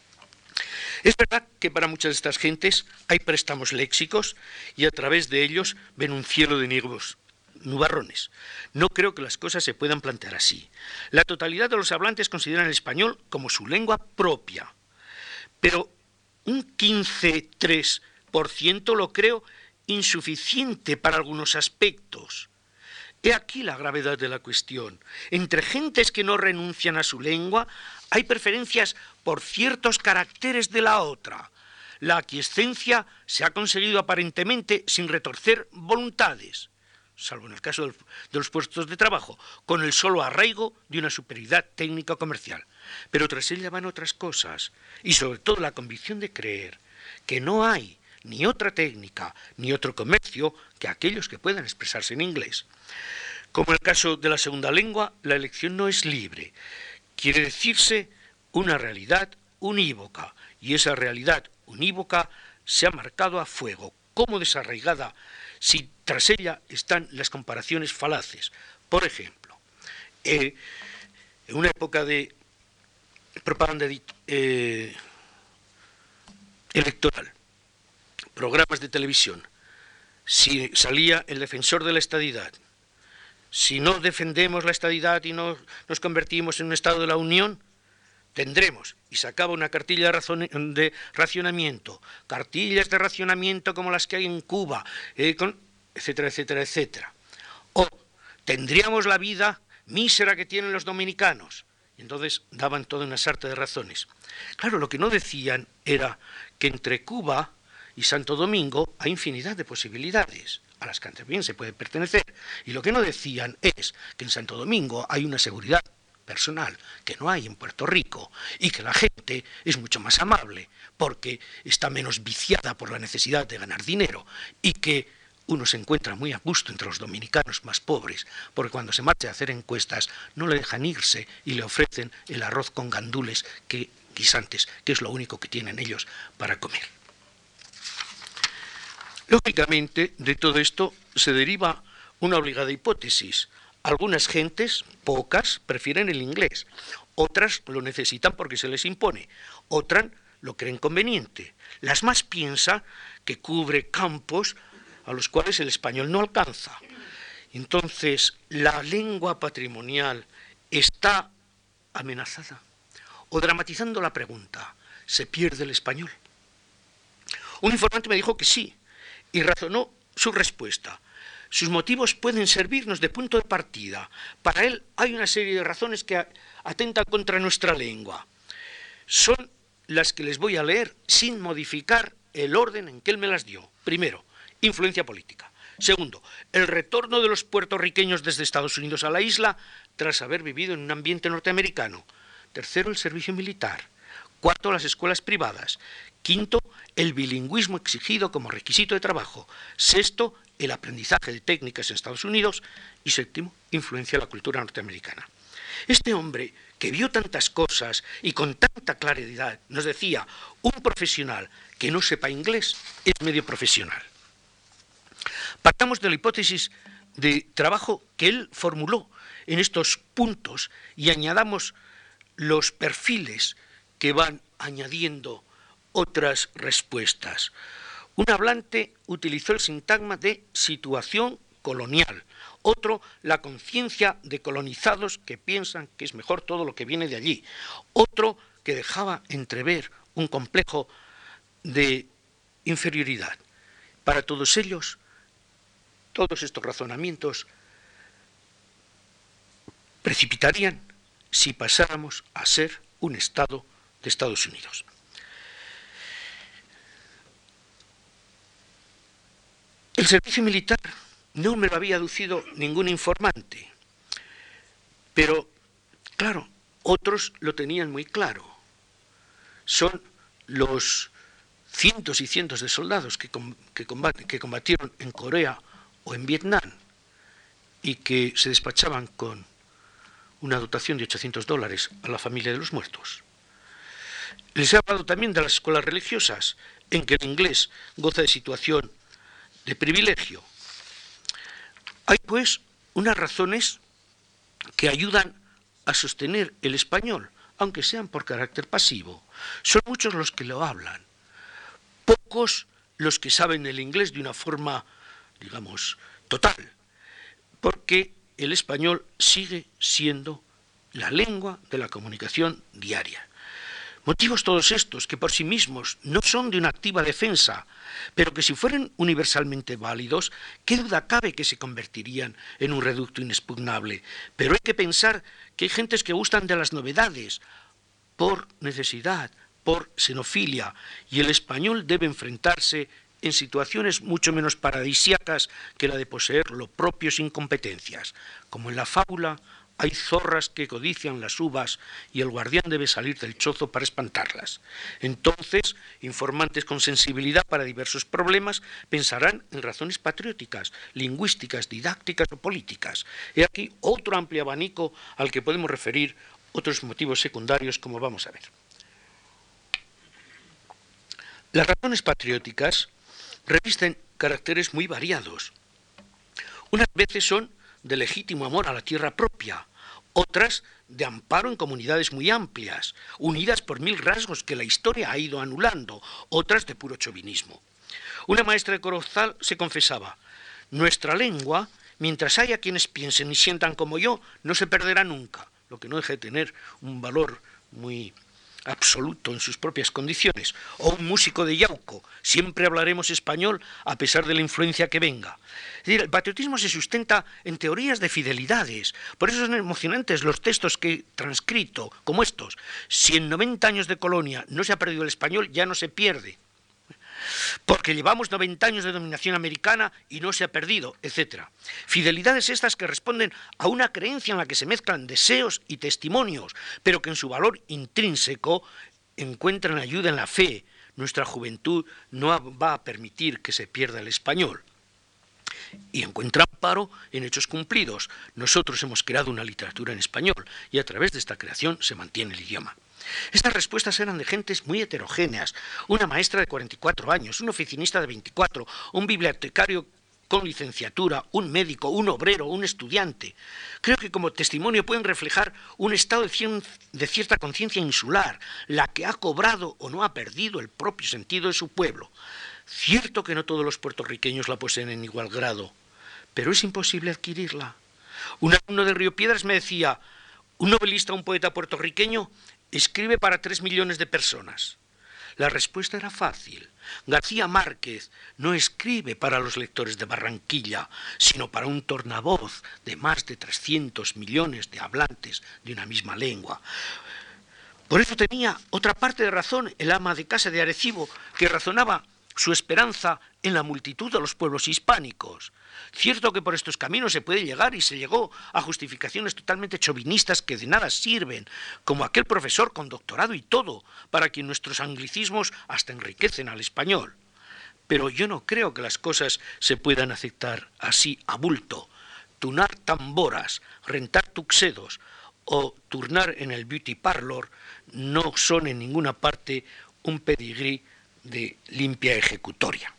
[SPEAKER 1] Es verdad que para muchas de estas gentes hay préstamos léxicos y a través de ellos ven un cielo de negros nubarrones. No creo que las cosas se puedan plantear así. La totalidad de los hablantes consideran el español como su lengua propia, pero un quince coma tres por ciento lo creo insuficiente para algunos aspectos. He aquí la gravedad de la cuestión. Entre gentes que no renuncian a su lengua, hay preferencias por ciertos caracteres de la otra. La aquiescencia se ha conseguido aparentemente sin retorcer voluntades, salvo en el caso de los puestos de trabajo, con el solo arraigo de una superioridad técnica o comercial. Pero tras ella van otras cosas, y sobre todo la convicción de creer que no hay ni otra técnica ni otro comercio que aquellos que puedan expresarse en inglés. Como en el caso de la segunda lengua, la elección no es libre. Quiere decirse una realidad unívoca, y esa realidad unívoca se ha marcado a fuego, como desarraigada, si tras ella están las comparaciones falaces. Por ejemplo, eh, en una época de propaganda eh, electoral, programas de televisión, si salía el defensor de la estadidad, si no defendemos la estadidad y no nos convertimos en un Estado de la Unión, tendremos, y sacaba una cartilla de, razón, de racionamiento, cartillas de racionamiento como las que hay en Cuba, eh, con, etcétera, etcétera, etcétera. O tendríamos la vida mísera que tienen los dominicanos. Y entonces daban toda una sarta de razones. Claro, lo que no decían era que entre Cuba y Santo Domingo hay infinidad de posibilidades a las que también se puede pertenecer. Y lo que no decían es que en Santo Domingo hay una seguridad personal que no hay en Puerto Rico y que la gente es mucho más amable porque está menos viciada por la necesidad de ganar dinero y que uno se encuentra muy a gusto entre los dominicanos más pobres porque cuando se marcha a hacer encuestas no le dejan irse y le ofrecen el arroz con gandules que guisantes, que es lo único que tienen ellos para comer. Lógicamente, de todo esto se deriva una obligada hipótesis. Algunas gentes, pocas, prefieren el inglés, otras lo necesitan porque se les impone, otras lo creen conveniente. Las más piensan que cubre campos a los cuales el español no alcanza. Entonces, ¿la lengua patrimonial está amenazada? O dramatizando la pregunta, ¿se pierde el español? Un informante me dijo que sí, y razonó su respuesta. Sus motivos pueden servirnos de punto de partida. Para él hay una serie de razones que atentan contra nuestra lengua. Son las que les voy a leer sin modificar el orden en que él me las dio. Primero, influencia política. Segundo, el retorno de los puertorriqueños desde Estados Unidos a la isla tras haber vivido en un ambiente norteamericano. Tercero, el servicio militar. Cuarto, las escuelas privadas. Quinto, el bilingüismo exigido como requisito de trabajo. Sexto, el aprendizaje de técnicas en Estados Unidos. Y séptimo, influencia de la cultura norteamericana. Este hombre, que vio tantas cosas y con tanta claridad, nos decía, un profesional que no sepa inglés es medio profesional. Partamos de la hipótesis de trabajo que él formuló en estos puntos y añadamos los perfiles que van añadiendo otras respuestas. Un hablante utilizó el sintagma de situación colonial, otro la conciencia de colonizados que piensan que es mejor todo lo que viene de allí, otro que dejaba entrever un complejo de inferioridad. Para todos ellos, todos estos razonamientos precipitarían si pasáramos a ser un Estado de Estados Unidos. El servicio militar no me lo había aducido ningún informante, pero, claro, otros lo tenían muy claro. Son los cientos y cientos de soldados que, que, combat, que combatieron en Corea o en Vietnam y que se despachaban con una dotación de ochocientos dólares a la familia de los muertos. Les he hablado también de las escuelas religiosas, en que el inglés goza de situación de privilegio. Hay, pues, unas razones que ayudan a sostener el español, aunque sean por carácter pasivo. Son muchos los que lo hablan, pocos los que saben el inglés de una forma, digamos, total, porque el español sigue siendo la lengua de la comunicación diaria. Motivos todos estos que por sí mismos no son de una activa defensa, pero que si fueran universalmente válidos, qué duda cabe que se convertirían en un reducto inexpugnable. Pero hay que pensar que hay gentes que gustan de las novedades por necesidad, por xenofilia, y el español debe enfrentarse en situaciones mucho menos paradisíacas que la de poseer lo propio sin competencias, como en la fábula. Hay zorras que codician las uvas y el guardián debe salir del chozo para espantarlas. Entonces, informantes con sensibilidad para diversos problemas pensarán en razones patrióticas, lingüísticas, didácticas o políticas. He aquí otro amplio abanico al que podemos referir otros motivos secundarios, como vamos a ver. Las razones patrióticas revisten caracteres muy variados. Unas veces son de legítimo amor a la tierra propia, otras de amparo en comunidades muy amplias, unidas por mil rasgos que la historia ha ido anulando, otras de puro chauvinismo. Una maestra de Corozal se confesaba: nuestra lengua, mientras haya quienes piensen y sientan como yo, no se perderá nunca, lo que no deja de tener un valor muy absoluto en sus propias condiciones. O un músico de Yauco: siempre hablaremos español a pesar de la influencia que venga. Es decir, el patriotismo se sustenta en teorías de fidelidades. Por eso son emocionantes los textos que he transcrito, como estos: si en noventa años de colonia no se ha perdido el español, ya no se pierde, porque llevamos noventa años de dominación americana y no se ha perdido, etcétera. Fidelidades estas que responden a una creencia en la que se mezclan deseos y testimonios, pero que en su valor intrínseco encuentran ayuda en la fe. Nuestra juventud no va a permitir que se pierda el español. Y encuentra amparo en hechos cumplidos. Nosotros hemos creado una literatura en español y a través de esta creación se mantiene el idioma. Estas respuestas eran de gentes muy heterogéneas: una maestra de cuarenta y cuatro años, un oficinista de veinticuatro, un bibliotecario con licenciatura, un médico, un obrero, un estudiante. Creo que como testimonio pueden reflejar un estado de cierta conciencia insular, la que ha cobrado o no ha perdido el propio sentido de su pueblo. Cierto que no todos los puertorriqueños la poseen en igual grado, pero es imposible adquirirla. Un alumno de Río Piedras me decía: un novelista, un poeta puertorriqueño, escribe para tres millones de personas. La respuesta era fácil. García Márquez no escribe para los lectores de Barranquilla, sino para un tornavoz de más de trescientos millones de hablantes de una misma lengua. Por eso tenía otra parte de razón el ama de casa de Arecibo, que razonaba su esperanza en la multitud de los pueblos hispánicos. Cierto que por estos caminos se puede llegar, y se llegó, a justificaciones totalmente chauvinistas que de nada sirven, como aquel profesor con doctorado y todo, para quien nuestros anglicismos hasta enriquecen al español. Pero yo no creo que las cosas se puedan aceptar así a bulto. Tunar tamboras, rentar tuxedos o turnar en el beauty parlor no son en ninguna parte un pedigrí de limpia ejecutoria.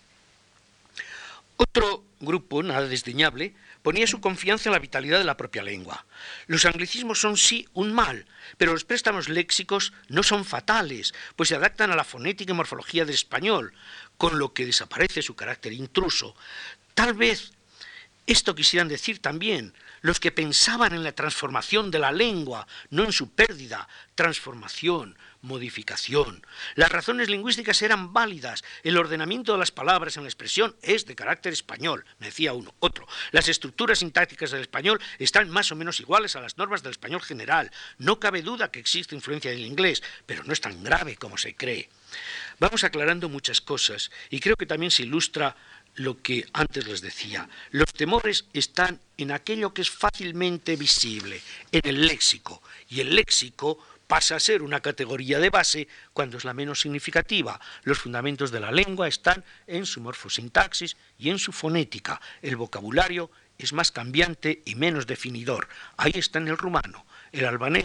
[SPEAKER 1] Otro grupo, nada desdeñable, ponía su confianza en la vitalidad de la propia lengua. Los anglicismos son sí un mal, pero los préstamos léxicos no son fatales, pues se adaptan a la fonética y morfología del español, con lo que desaparece su carácter intruso. Tal vez esto quisieran decir también los que pensaban en la transformación de la lengua, no en su pérdida. Transformación, modificación. Las razones lingüísticas eran válidas. El ordenamiento de las palabras en la expresión es de carácter español, me decía uno. Otro: las estructuras sintácticas del español están más o menos iguales a las normas del español general. No cabe duda que existe influencia del inglés, pero no es tan grave como se cree. Vamos aclarando muchas cosas, y creo que también se ilustra lo que antes les decía. Los temores están en aquello que es fácilmente visible, en el léxico, y el léxico pasa a ser una categoría de base cuando es la menos significativa. Los fundamentos de la lengua están en su morfosintaxis y en su fonética. El vocabulario es más cambiante y menos definidor. Ahí está en el rumano, el albanés o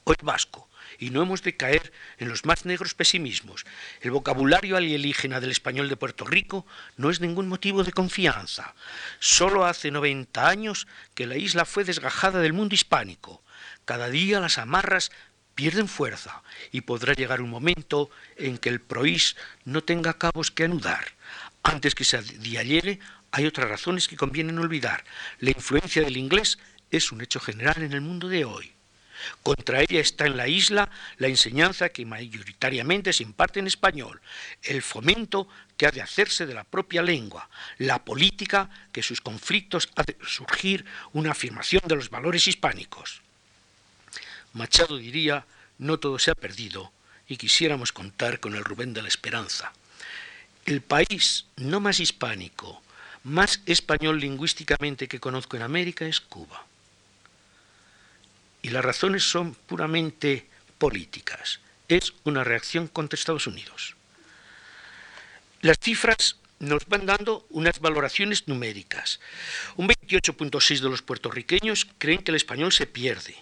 [SPEAKER 1] o el vasco, y no hemos de caer en los más negros pesimismos. El vocabulario alienígena del español de Puerto Rico no es ningún motivo de confianza. Solo hace noventa años que la isla fue desgajada del mundo hispánico. Cada día las amarras pierden fuerza y podrá llegar un momento en que el proís no tenga cabos que anudar. Antes que ese día llegue, hay otras razones que conviene no olvidar. La influencia del inglés es un hecho general en el mundo de hoy. Contra ella está en la isla la enseñanza que mayoritariamente se imparte en español, el fomento que ha de hacerse de la propia lengua, la política que sus conflictos ha de surgir una afirmación de los valores hispánicos. Machado diría, no todo se ha perdido y quisiéramos contar con el Rubén de la Esperanza. El país no más hispánico, más español lingüísticamente que conozco en América es Cuba. Y las razones son puramente políticas. Es una reacción contra Estados Unidos. Las cifras nos van dando unas valoraciones numéricas. Un veintiocho punto seis de los puertorriqueños creen que el español se pierde.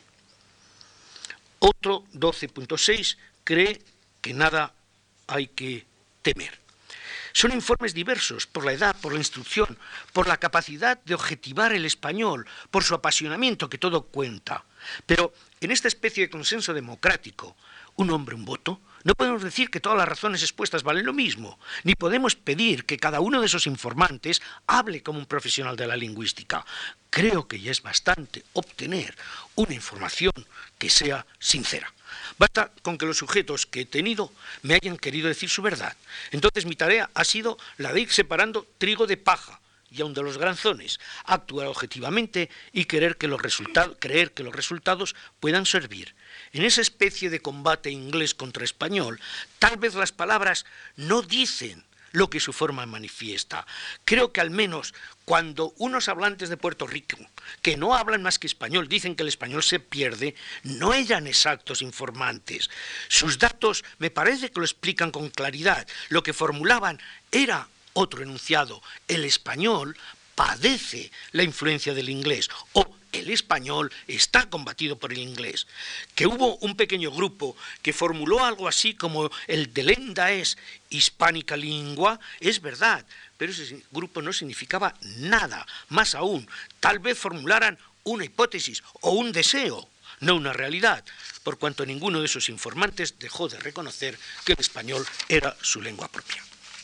[SPEAKER 1] Otro doce punto seis cree que nada hay que temer. Son informes diversos por la edad, por la instrucción, por la capacidad de objetivar el español, por su apasionamiento, que todo cuenta. Pero en esta especie de consenso democrático, un hombre, un voto, no podemos decir que todas las razones expuestas valen lo mismo, ni podemos pedir que cada uno de esos informantes hable como un profesional de la lingüística. Creo que ya es bastante obtener una información que sea sincera. Basta con que los sujetos que he tenido me hayan querido decir su verdad. Entonces mi tarea ha sido la de ir separando trigo de paja, y aun de los granzones, actuar objetivamente y querer que los resultados, creer que los resultados puedan servir. En esa especie de combate inglés contra español, tal vez las palabras no dicen lo que su forma manifiesta. Creo que al menos cuando unos hablantes de Puerto Rico, que no hablan más que español, dicen que el español se pierde, no eran exactos informantes. Sus datos me parece que lo explican con claridad. Lo que formulaban era otro enunciado: el español padece la influencia del inglés, o el español está combatido por el inglés. Que hubo un pequeño grupo que formuló algo así como el delenda es hispánica lingua, es verdad, pero ese grupo no significaba nada. Más aún, tal vez formularan una hipótesis o un deseo, no una realidad, por cuanto ninguno de esos informantes dejó de reconocer que el español era su lengua propia.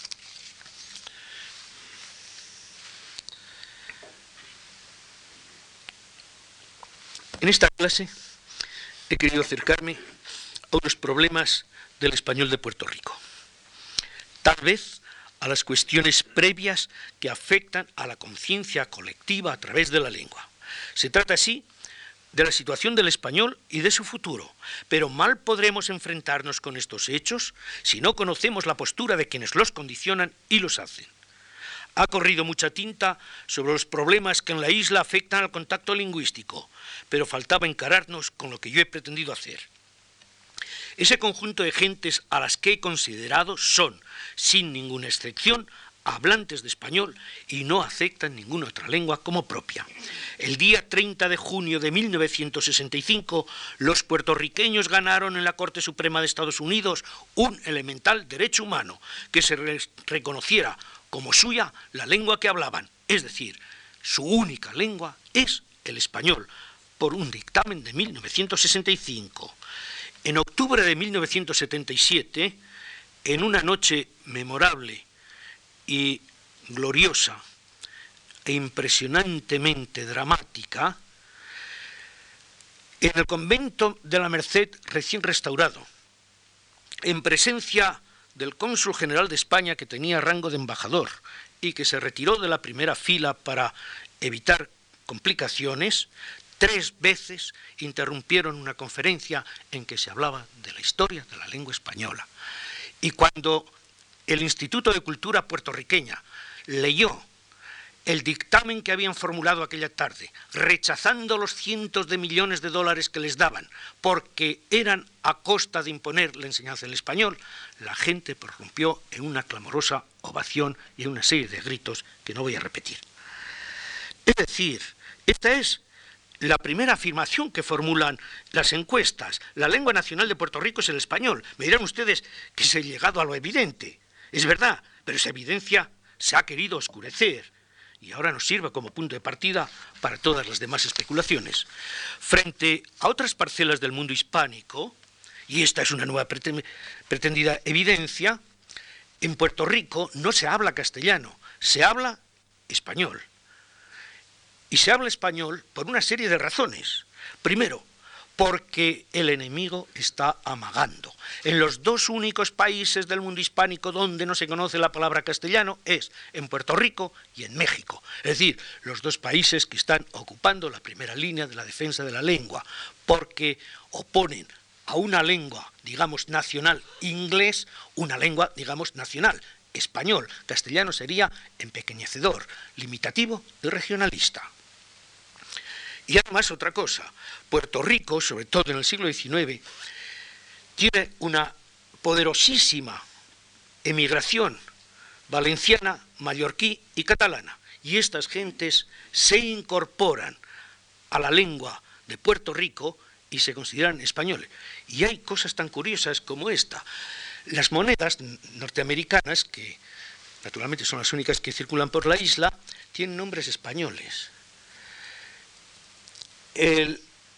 [SPEAKER 1] En esta clase he querido acercarme a unos problemas del español de Puerto Rico, tal vez a las cuestiones previas que afectan a la conciencia colectiva a través de la lengua. Se trata así de la situación del español y de su futuro, pero mal podremos enfrentarnos con estos hechos si no conocemos la postura de quienes los condicionan y los hacen. Ha corrido mucha tinta sobre los problemas que en la isla afectan al contacto lingüístico, pero faltaba encararnos con lo que yo he pretendido hacer. Ese conjunto de gentes a las que he considerado son, sin ninguna excepción, hablantes de español y no aceptan ninguna otra lengua como propia. El día treinta de junio de mil novecientos sesenta y cinco, los puertorriqueños ganaron en la Corte Suprema de Estados Unidos un elemental derecho humano, que se re- reconociera como suya la lengua que hablaban, es decir, su única lengua es el español, por un dictamen de mil novecientos sesenta y cinco. En octubre de mil novecientos setenta y siete, en una noche memorable y gloriosa e impresionantemente dramática, en el convento de la Merced recién restaurado, en presencia del cónsul general de España, que tenía rango de embajador y que se retiró de la primera fila para evitar complicaciones, tres veces interrumpieron una conferencia en que se hablaba de la historia de la lengua española. Y cuando el Instituto de Cultura puertorriqueña leyó el dictamen que habían formulado aquella tarde, rechazando los cientos de millones de dólares que les daban, porque eran a costa de imponer la enseñanza del español, la gente prorrumpió en una clamorosa ovación y en una serie de gritos que no voy a repetir. Es decir, esta es la primera afirmación que formulan las encuestas. La lengua nacional de Puerto Rico es el español. Me dirán ustedes que se ha llegado a lo evidente. Es verdad, pero esa evidencia se ha querido oscurecer y ahora nos sirve como punto de partida para todas las demás especulaciones. Frente a otras parcelas del mundo hispánico, y esta es una nueva pretendida evidencia, en Puerto Rico no se habla castellano, se habla español. Y se habla español por una serie de razones. Primero, porque el enemigo está amagando. En los dos únicos países del mundo hispánico donde no se conoce la palabra castellano es en Puerto Rico y en México. Es decir, los dos países que están ocupando la primera línea de la defensa de la lengua, porque oponen a una lengua, digamos, nacional inglés, una lengua, digamos, nacional español. Castellano sería empequeñecedor, limitativo y regionalista. Y además otra cosa, Puerto Rico, sobre todo en el siglo diecinueve, tiene una poderosísima emigración valenciana, mallorquí y catalana. Y estas gentes se incorporan a la lengua de Puerto Rico y se consideran españoles. Y hay cosas tan curiosas como esta. Las monedas norteamericanas, que naturalmente son las únicas que circulan por la isla, tienen nombres españoles. El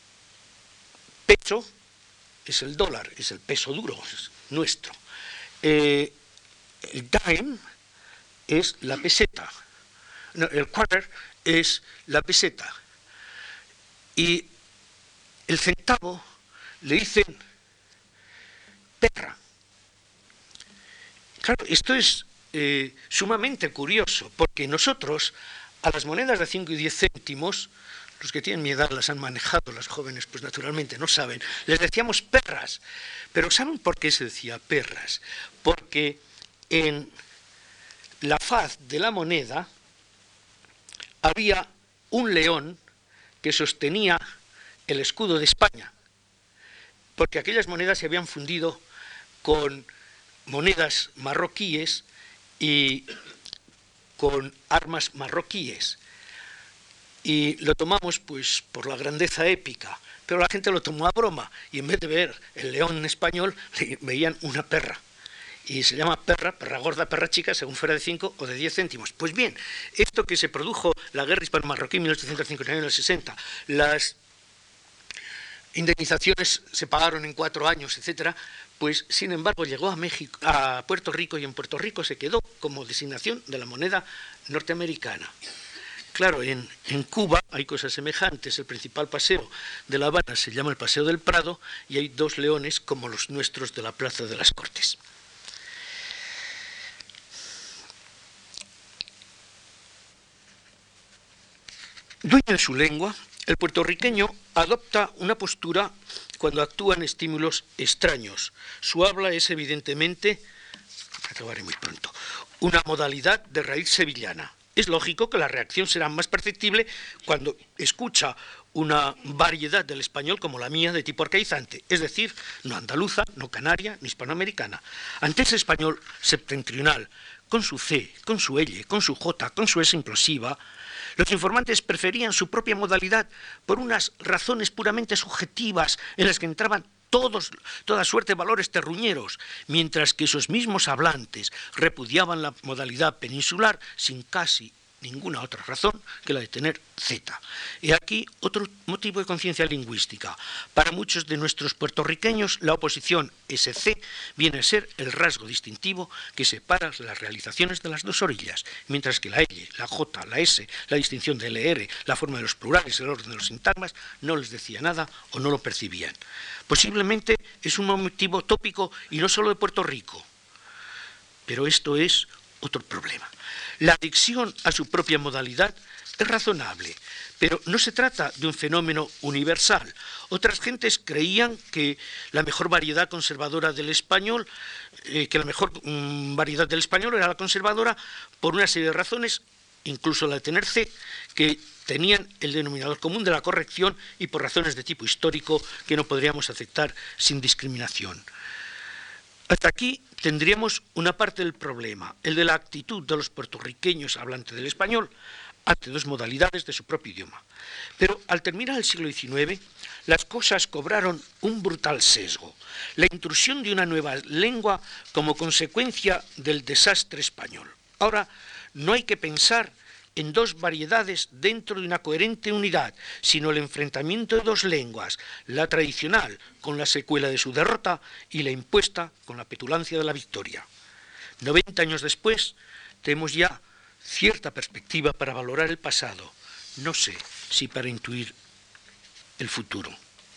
[SPEAKER 1] peso es el dólar, es el peso duro, es nuestro. Eh, el dime es la peseta. No, el quarter es la peseta. Y el centavo le dicen perra. Claro, esto es eh, sumamente curioso, porque nosotros a las monedas de cinco y diez céntimos, los que tienen mi edad las han manejado, las jóvenes pues naturalmente no saben, les decíamos perras. Pero ¿saben por qué se decía perras? Porque en la faz de la moneda había un león que sostenía el escudo de España, porque aquellas monedas se habían fundido con monedas marroquíes y con armas marroquíes. Y lo tomamos pues por la grandeza épica, pero la gente lo tomó a broma y en vez de ver el león español veían una perra. Y se llama perra, perra gorda, perra chica, según fuera de cinco o de diez céntimos. Pues bien, esto que se produjo, la guerra hispano-marroquí en mil ochocientos cincuenta y nueve y sesenta, las indemnizaciones se pagaron en cuatro años, etcétera, pues sin embargo llegó a México, a Puerto Rico, y en Puerto Rico se quedó como designación de la moneda norteamericana. Claro, en, en Cuba hay cosas semejantes. El principal paseo de La Habana se llama el Paseo del Prado y hay dos leones como los nuestros de la Plaza de las Cortes. Dueño de su lengua, el puertorriqueño adopta una postura cuando actúan estímulos extraños. Su habla es evidentemente, acabaré muy pronto, una modalidad de raíz sevillana. Es lógico que la reacción será más perceptible cuando escucha una variedad del español como la mía de tipo arcaizante, es decir, no andaluza, no canaria, ni hispanoamericana. Ante ese español septentrional, con su C, con su L, con su J, con su S implosiva, los informantes preferían su propia modalidad por unas razones puramente subjetivas en las que entraban todos, toda suerte de valores terruñeros, mientras que esos mismos hablantes repudiaban la modalidad peninsular sin casi ninguna otra razón que la de tener Z. Y aquí otro motivo de conciencia lingüística. Para muchos de nuestros puertorriqueños, la oposición S C viene a ser el rasgo distintivo que separa las realizaciones de las dos orillas, mientras que la L, la J, la S, la distinción de L R, la forma de los plurales, el orden de los sintagmas, no les decía nada o no lo percibían. Posiblemente es un motivo tópico y no solo de Puerto Rico, pero esto es otro problema. La adicción a su propia modalidad es razonable, pero no se trata de un fenómeno universal. Otras gentes creían que la mejor variedad conservadora del español, eh, que la mejor um, variedad del español era la conservadora por una serie de razones, incluso la de tener C, que tenían el denominador común de la corrección y por razones de tipo histórico que no podríamos aceptar sin discriminación. Hasta aquí tendríamos una parte del problema, el de la actitud de los puertorriqueños hablantes del español ante dos modalidades de su propio idioma. Pero al terminar el siglo diecinueve, las cosas cobraron un brutal sesgo, la intrusión de una nueva lengua como consecuencia del desastre español. Ahora, no hay que pensar en dos variedades dentro de una coherente unidad, sino el enfrentamiento de dos lenguas, la tradicional con la secuela de su derrota y la impuesta con la petulancia de la victoria. Noventa años después, tenemos ya cierta perspectiva para valorar el pasado, no sé si para intuir el futuro.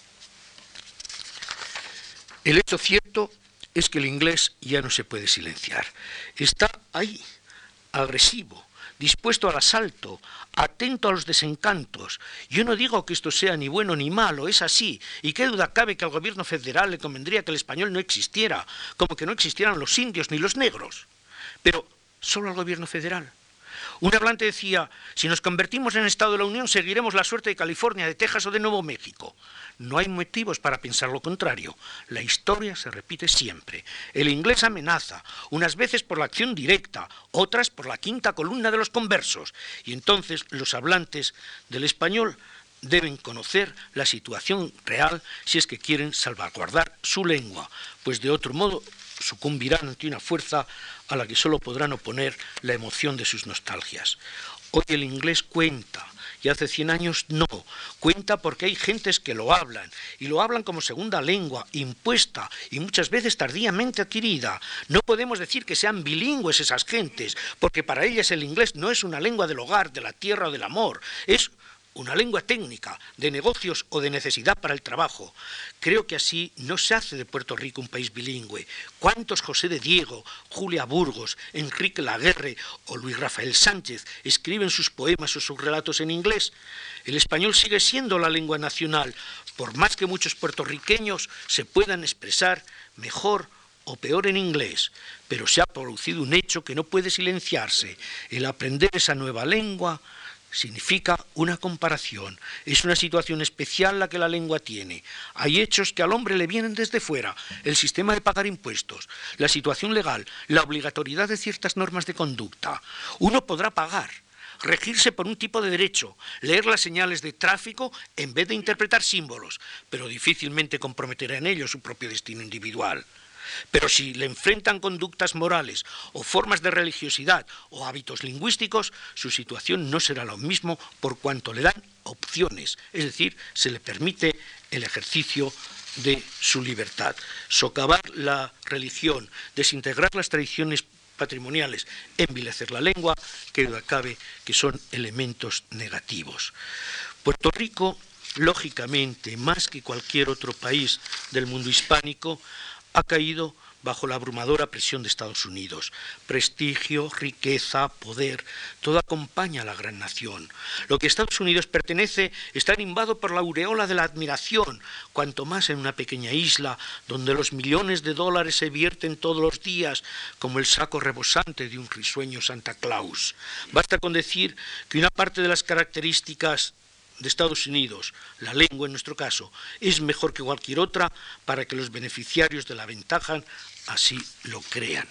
[SPEAKER 1] El hecho cierto es que el inglés ya no se puede silenciar. Está ahí, agresivo, dispuesto al asalto, atento a los desencantos. Yo no digo que esto sea ni bueno ni malo, es así. ¿Y qué duda cabe que al gobierno federal le convendría que el español no existiera, como que no existieran los indios ni los negros? Pero solo al gobierno federal. Un hablante decía, si nos convertimos en Estado de la Unión, seguiremos la suerte de California, de Texas o de Nuevo México. No hay motivos para pensar lo contrario. La historia se repite siempre. El inglés amenaza, unas veces por la acción directa, otras por la quinta columna de los conversos. Y entonces los hablantes del español deben conocer la situación real si es que quieren salvaguardar su lengua, pues de otro modo sucumbirán ante una fuerza a la que solo podrán oponer la emoción de sus nostalgias. Hoy el inglés cuenta, y hace cien años no. Cuenta porque hay gentes que lo hablan, y lo hablan como segunda lengua, impuesta, y muchas veces tardíamente adquirida. No podemos decir que sean bilingües esas gentes, porque para ellas el inglés no es una lengua del hogar, de la tierra o del amor, es una lengua técnica, de negocios o de necesidad para el trabajo. Creo que así no se hace de Puerto Rico un país bilingüe. ¿Cuántos José de Diego, Julia Burgos, Enrique Laguerre o Luis Rafael Sánchez escriben sus poemas o sus relatos en inglés? El español sigue siendo la lengua nacional, por más que muchos puertorriqueños se puedan expresar mejor o peor en inglés, pero se ha producido un hecho que no puede silenciarse. El aprender esa nueva lengua significa una comparación, es una situación especial la que la lengua tiene. Hay hechos que al hombre le vienen desde fuera, el sistema de pagar impuestos, la situación legal, la obligatoriedad de ciertas normas de conducta. Uno podrá pagar, regirse por un tipo de derecho, leer las señales de tráfico en vez de interpretar símbolos, pero difícilmente comprometerá en ello su propio destino individual. Pero si le enfrentan conductas morales o formas de religiosidad o hábitos lingüísticos, su situación no será lo mismo por cuanto le dan opciones, es decir, se le permite el ejercicio de su libertad. Socavar la religión, desintegrar las tradiciones patrimoniales, envilecer la lengua, que duda cabe que son elementos negativos. Puerto Rico, lógicamente, más que cualquier otro país del mundo hispánico, ha caído bajo la abrumadora presión de Estados Unidos. Prestigio, riqueza, poder, todo acompaña a la gran nación. Lo que a Estados Unidos pertenece está animado por la aureola de la admiración, cuanto más en una pequeña isla donde los millones de dólares se vierten todos los días como el saco rebosante de un risueño Santa Claus. Basta con decir que una parte de las características de Estados Unidos, la lengua en nuestro caso, es mejor que cualquier otra para que los beneficiarios de la ventaja así lo crean.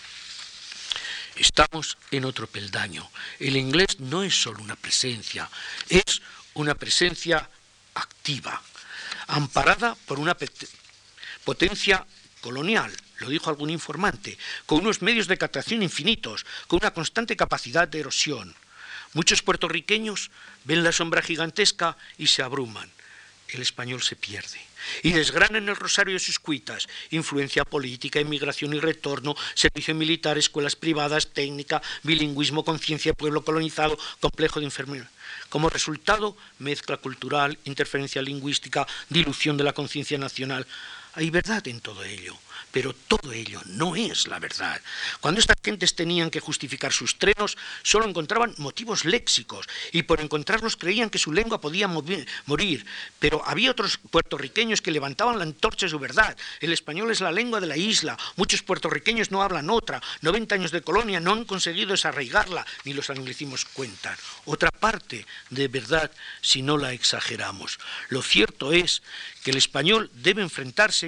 [SPEAKER 1] Estamos en otro peldaño. El inglés no es solo una presencia, es una presencia activa, amparada por una potencia colonial, lo dijo algún informante, con unos medios de captación infinitos, con una constante capacidad de erosión. Muchos puertorriqueños ven la sombra gigantesca y se abruman. El español se pierde. Y desgranan el rosario de sus cuitas: influencia política, inmigración y retorno, servicio militar, escuelas privadas, técnica, bilingüismo, conciencia, pueblo colonizado, complejo de enfermedad. Como resultado, mezcla cultural, interferencia lingüística, dilución de la conciencia nacional. Hay verdad en todo ello, pero todo ello no es la verdad. Cuando estas gentes tenían que justificar sus trenos, solo encontraban motivos léxicos, y por encontrarlos creían que su lengua podía morir. Pero había otros puertorriqueños que levantaban la antorcha de su verdad. El español es la lengua de la isla. Muchos puertorriqueños no hablan otra. noventa años de colonia no han conseguido desarraigarla, ni los anglicismos cuentan. Otra parte de verdad si no la exageramos. Lo cierto es que el español debe enfrentarse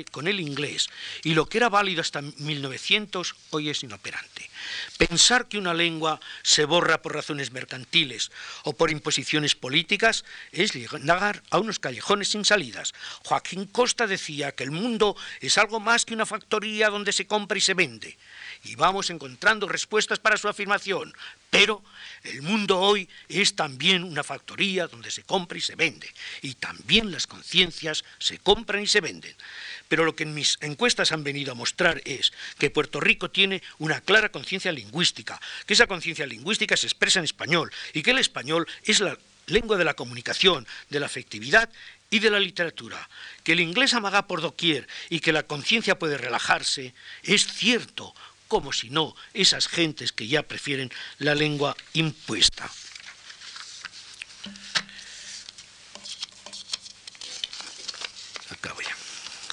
[SPEAKER 1] compararse con el inglés, y lo que era válido hasta mil novecientos hoy es inoperante. Pensar que una lengua se borra por razones mercantiles o por imposiciones políticas es llegar a unos callejones sin salidas. Joaquín Costa decía que el mundo es algo más que una factoría donde se compra y se vende. Y vamos encontrando respuestas para su afirmación, pero el mundo hoy es también una factoría donde se compra y se vende, y también las conciencias se compran y se venden. Pero lo que en mis encuestas han venido a mostrar es que Puerto Rico tiene una clara conciencia lingüística, que esa conciencia lingüística se expresa en español, y que el español es la lengua de la comunicación, de la afectividad y de la literatura. Que el inglés amaga por doquier y que la conciencia puede relajarse, es cierto, como si no, esas gentes que ya prefieren la lengua impuesta. Acabo ya.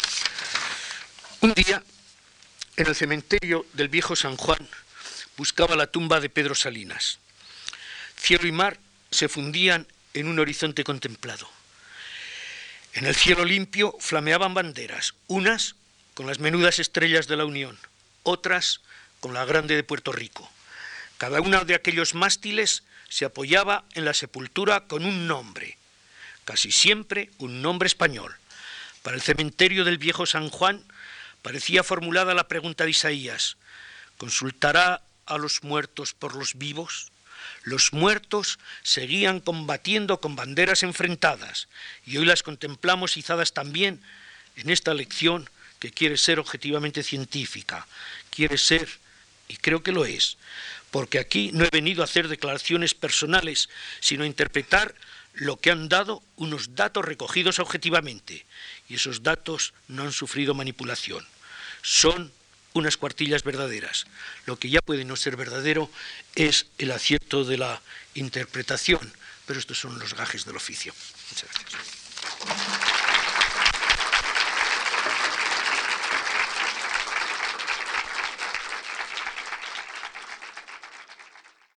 [SPEAKER 1] Un día, en el cementerio del viejo San Juan, buscaba la tumba de Pedro Salinas. Cielo y mar se fundían en un horizonte contemplado. En el cielo limpio flameaban banderas, unas con las menudas estrellas de la Unión, otras con la grande de Puerto Rico. Cada uno de aquellos mástiles se apoyaba en la sepultura con un nombre, casi siempre un nombre español. Para el cementerio del viejo San Juan parecía formulada la pregunta de Isaías: ¿consultará a los muertos por los vivos? Los muertos seguían combatiendo con banderas enfrentadas, y hoy las contemplamos izadas también en esta lección que quiere ser objetivamente científica, quiere ser, y creo que lo es, porque aquí no he venido a hacer declaraciones personales, sino a interpretar lo que han dado unos datos recogidos objetivamente, y esos datos no han sufrido manipulación. Son unas cuartillas verdaderas. Lo que ya puede no ser verdadero es el acierto de la interpretación, pero estos son los gajes del oficio. Muchas gracias.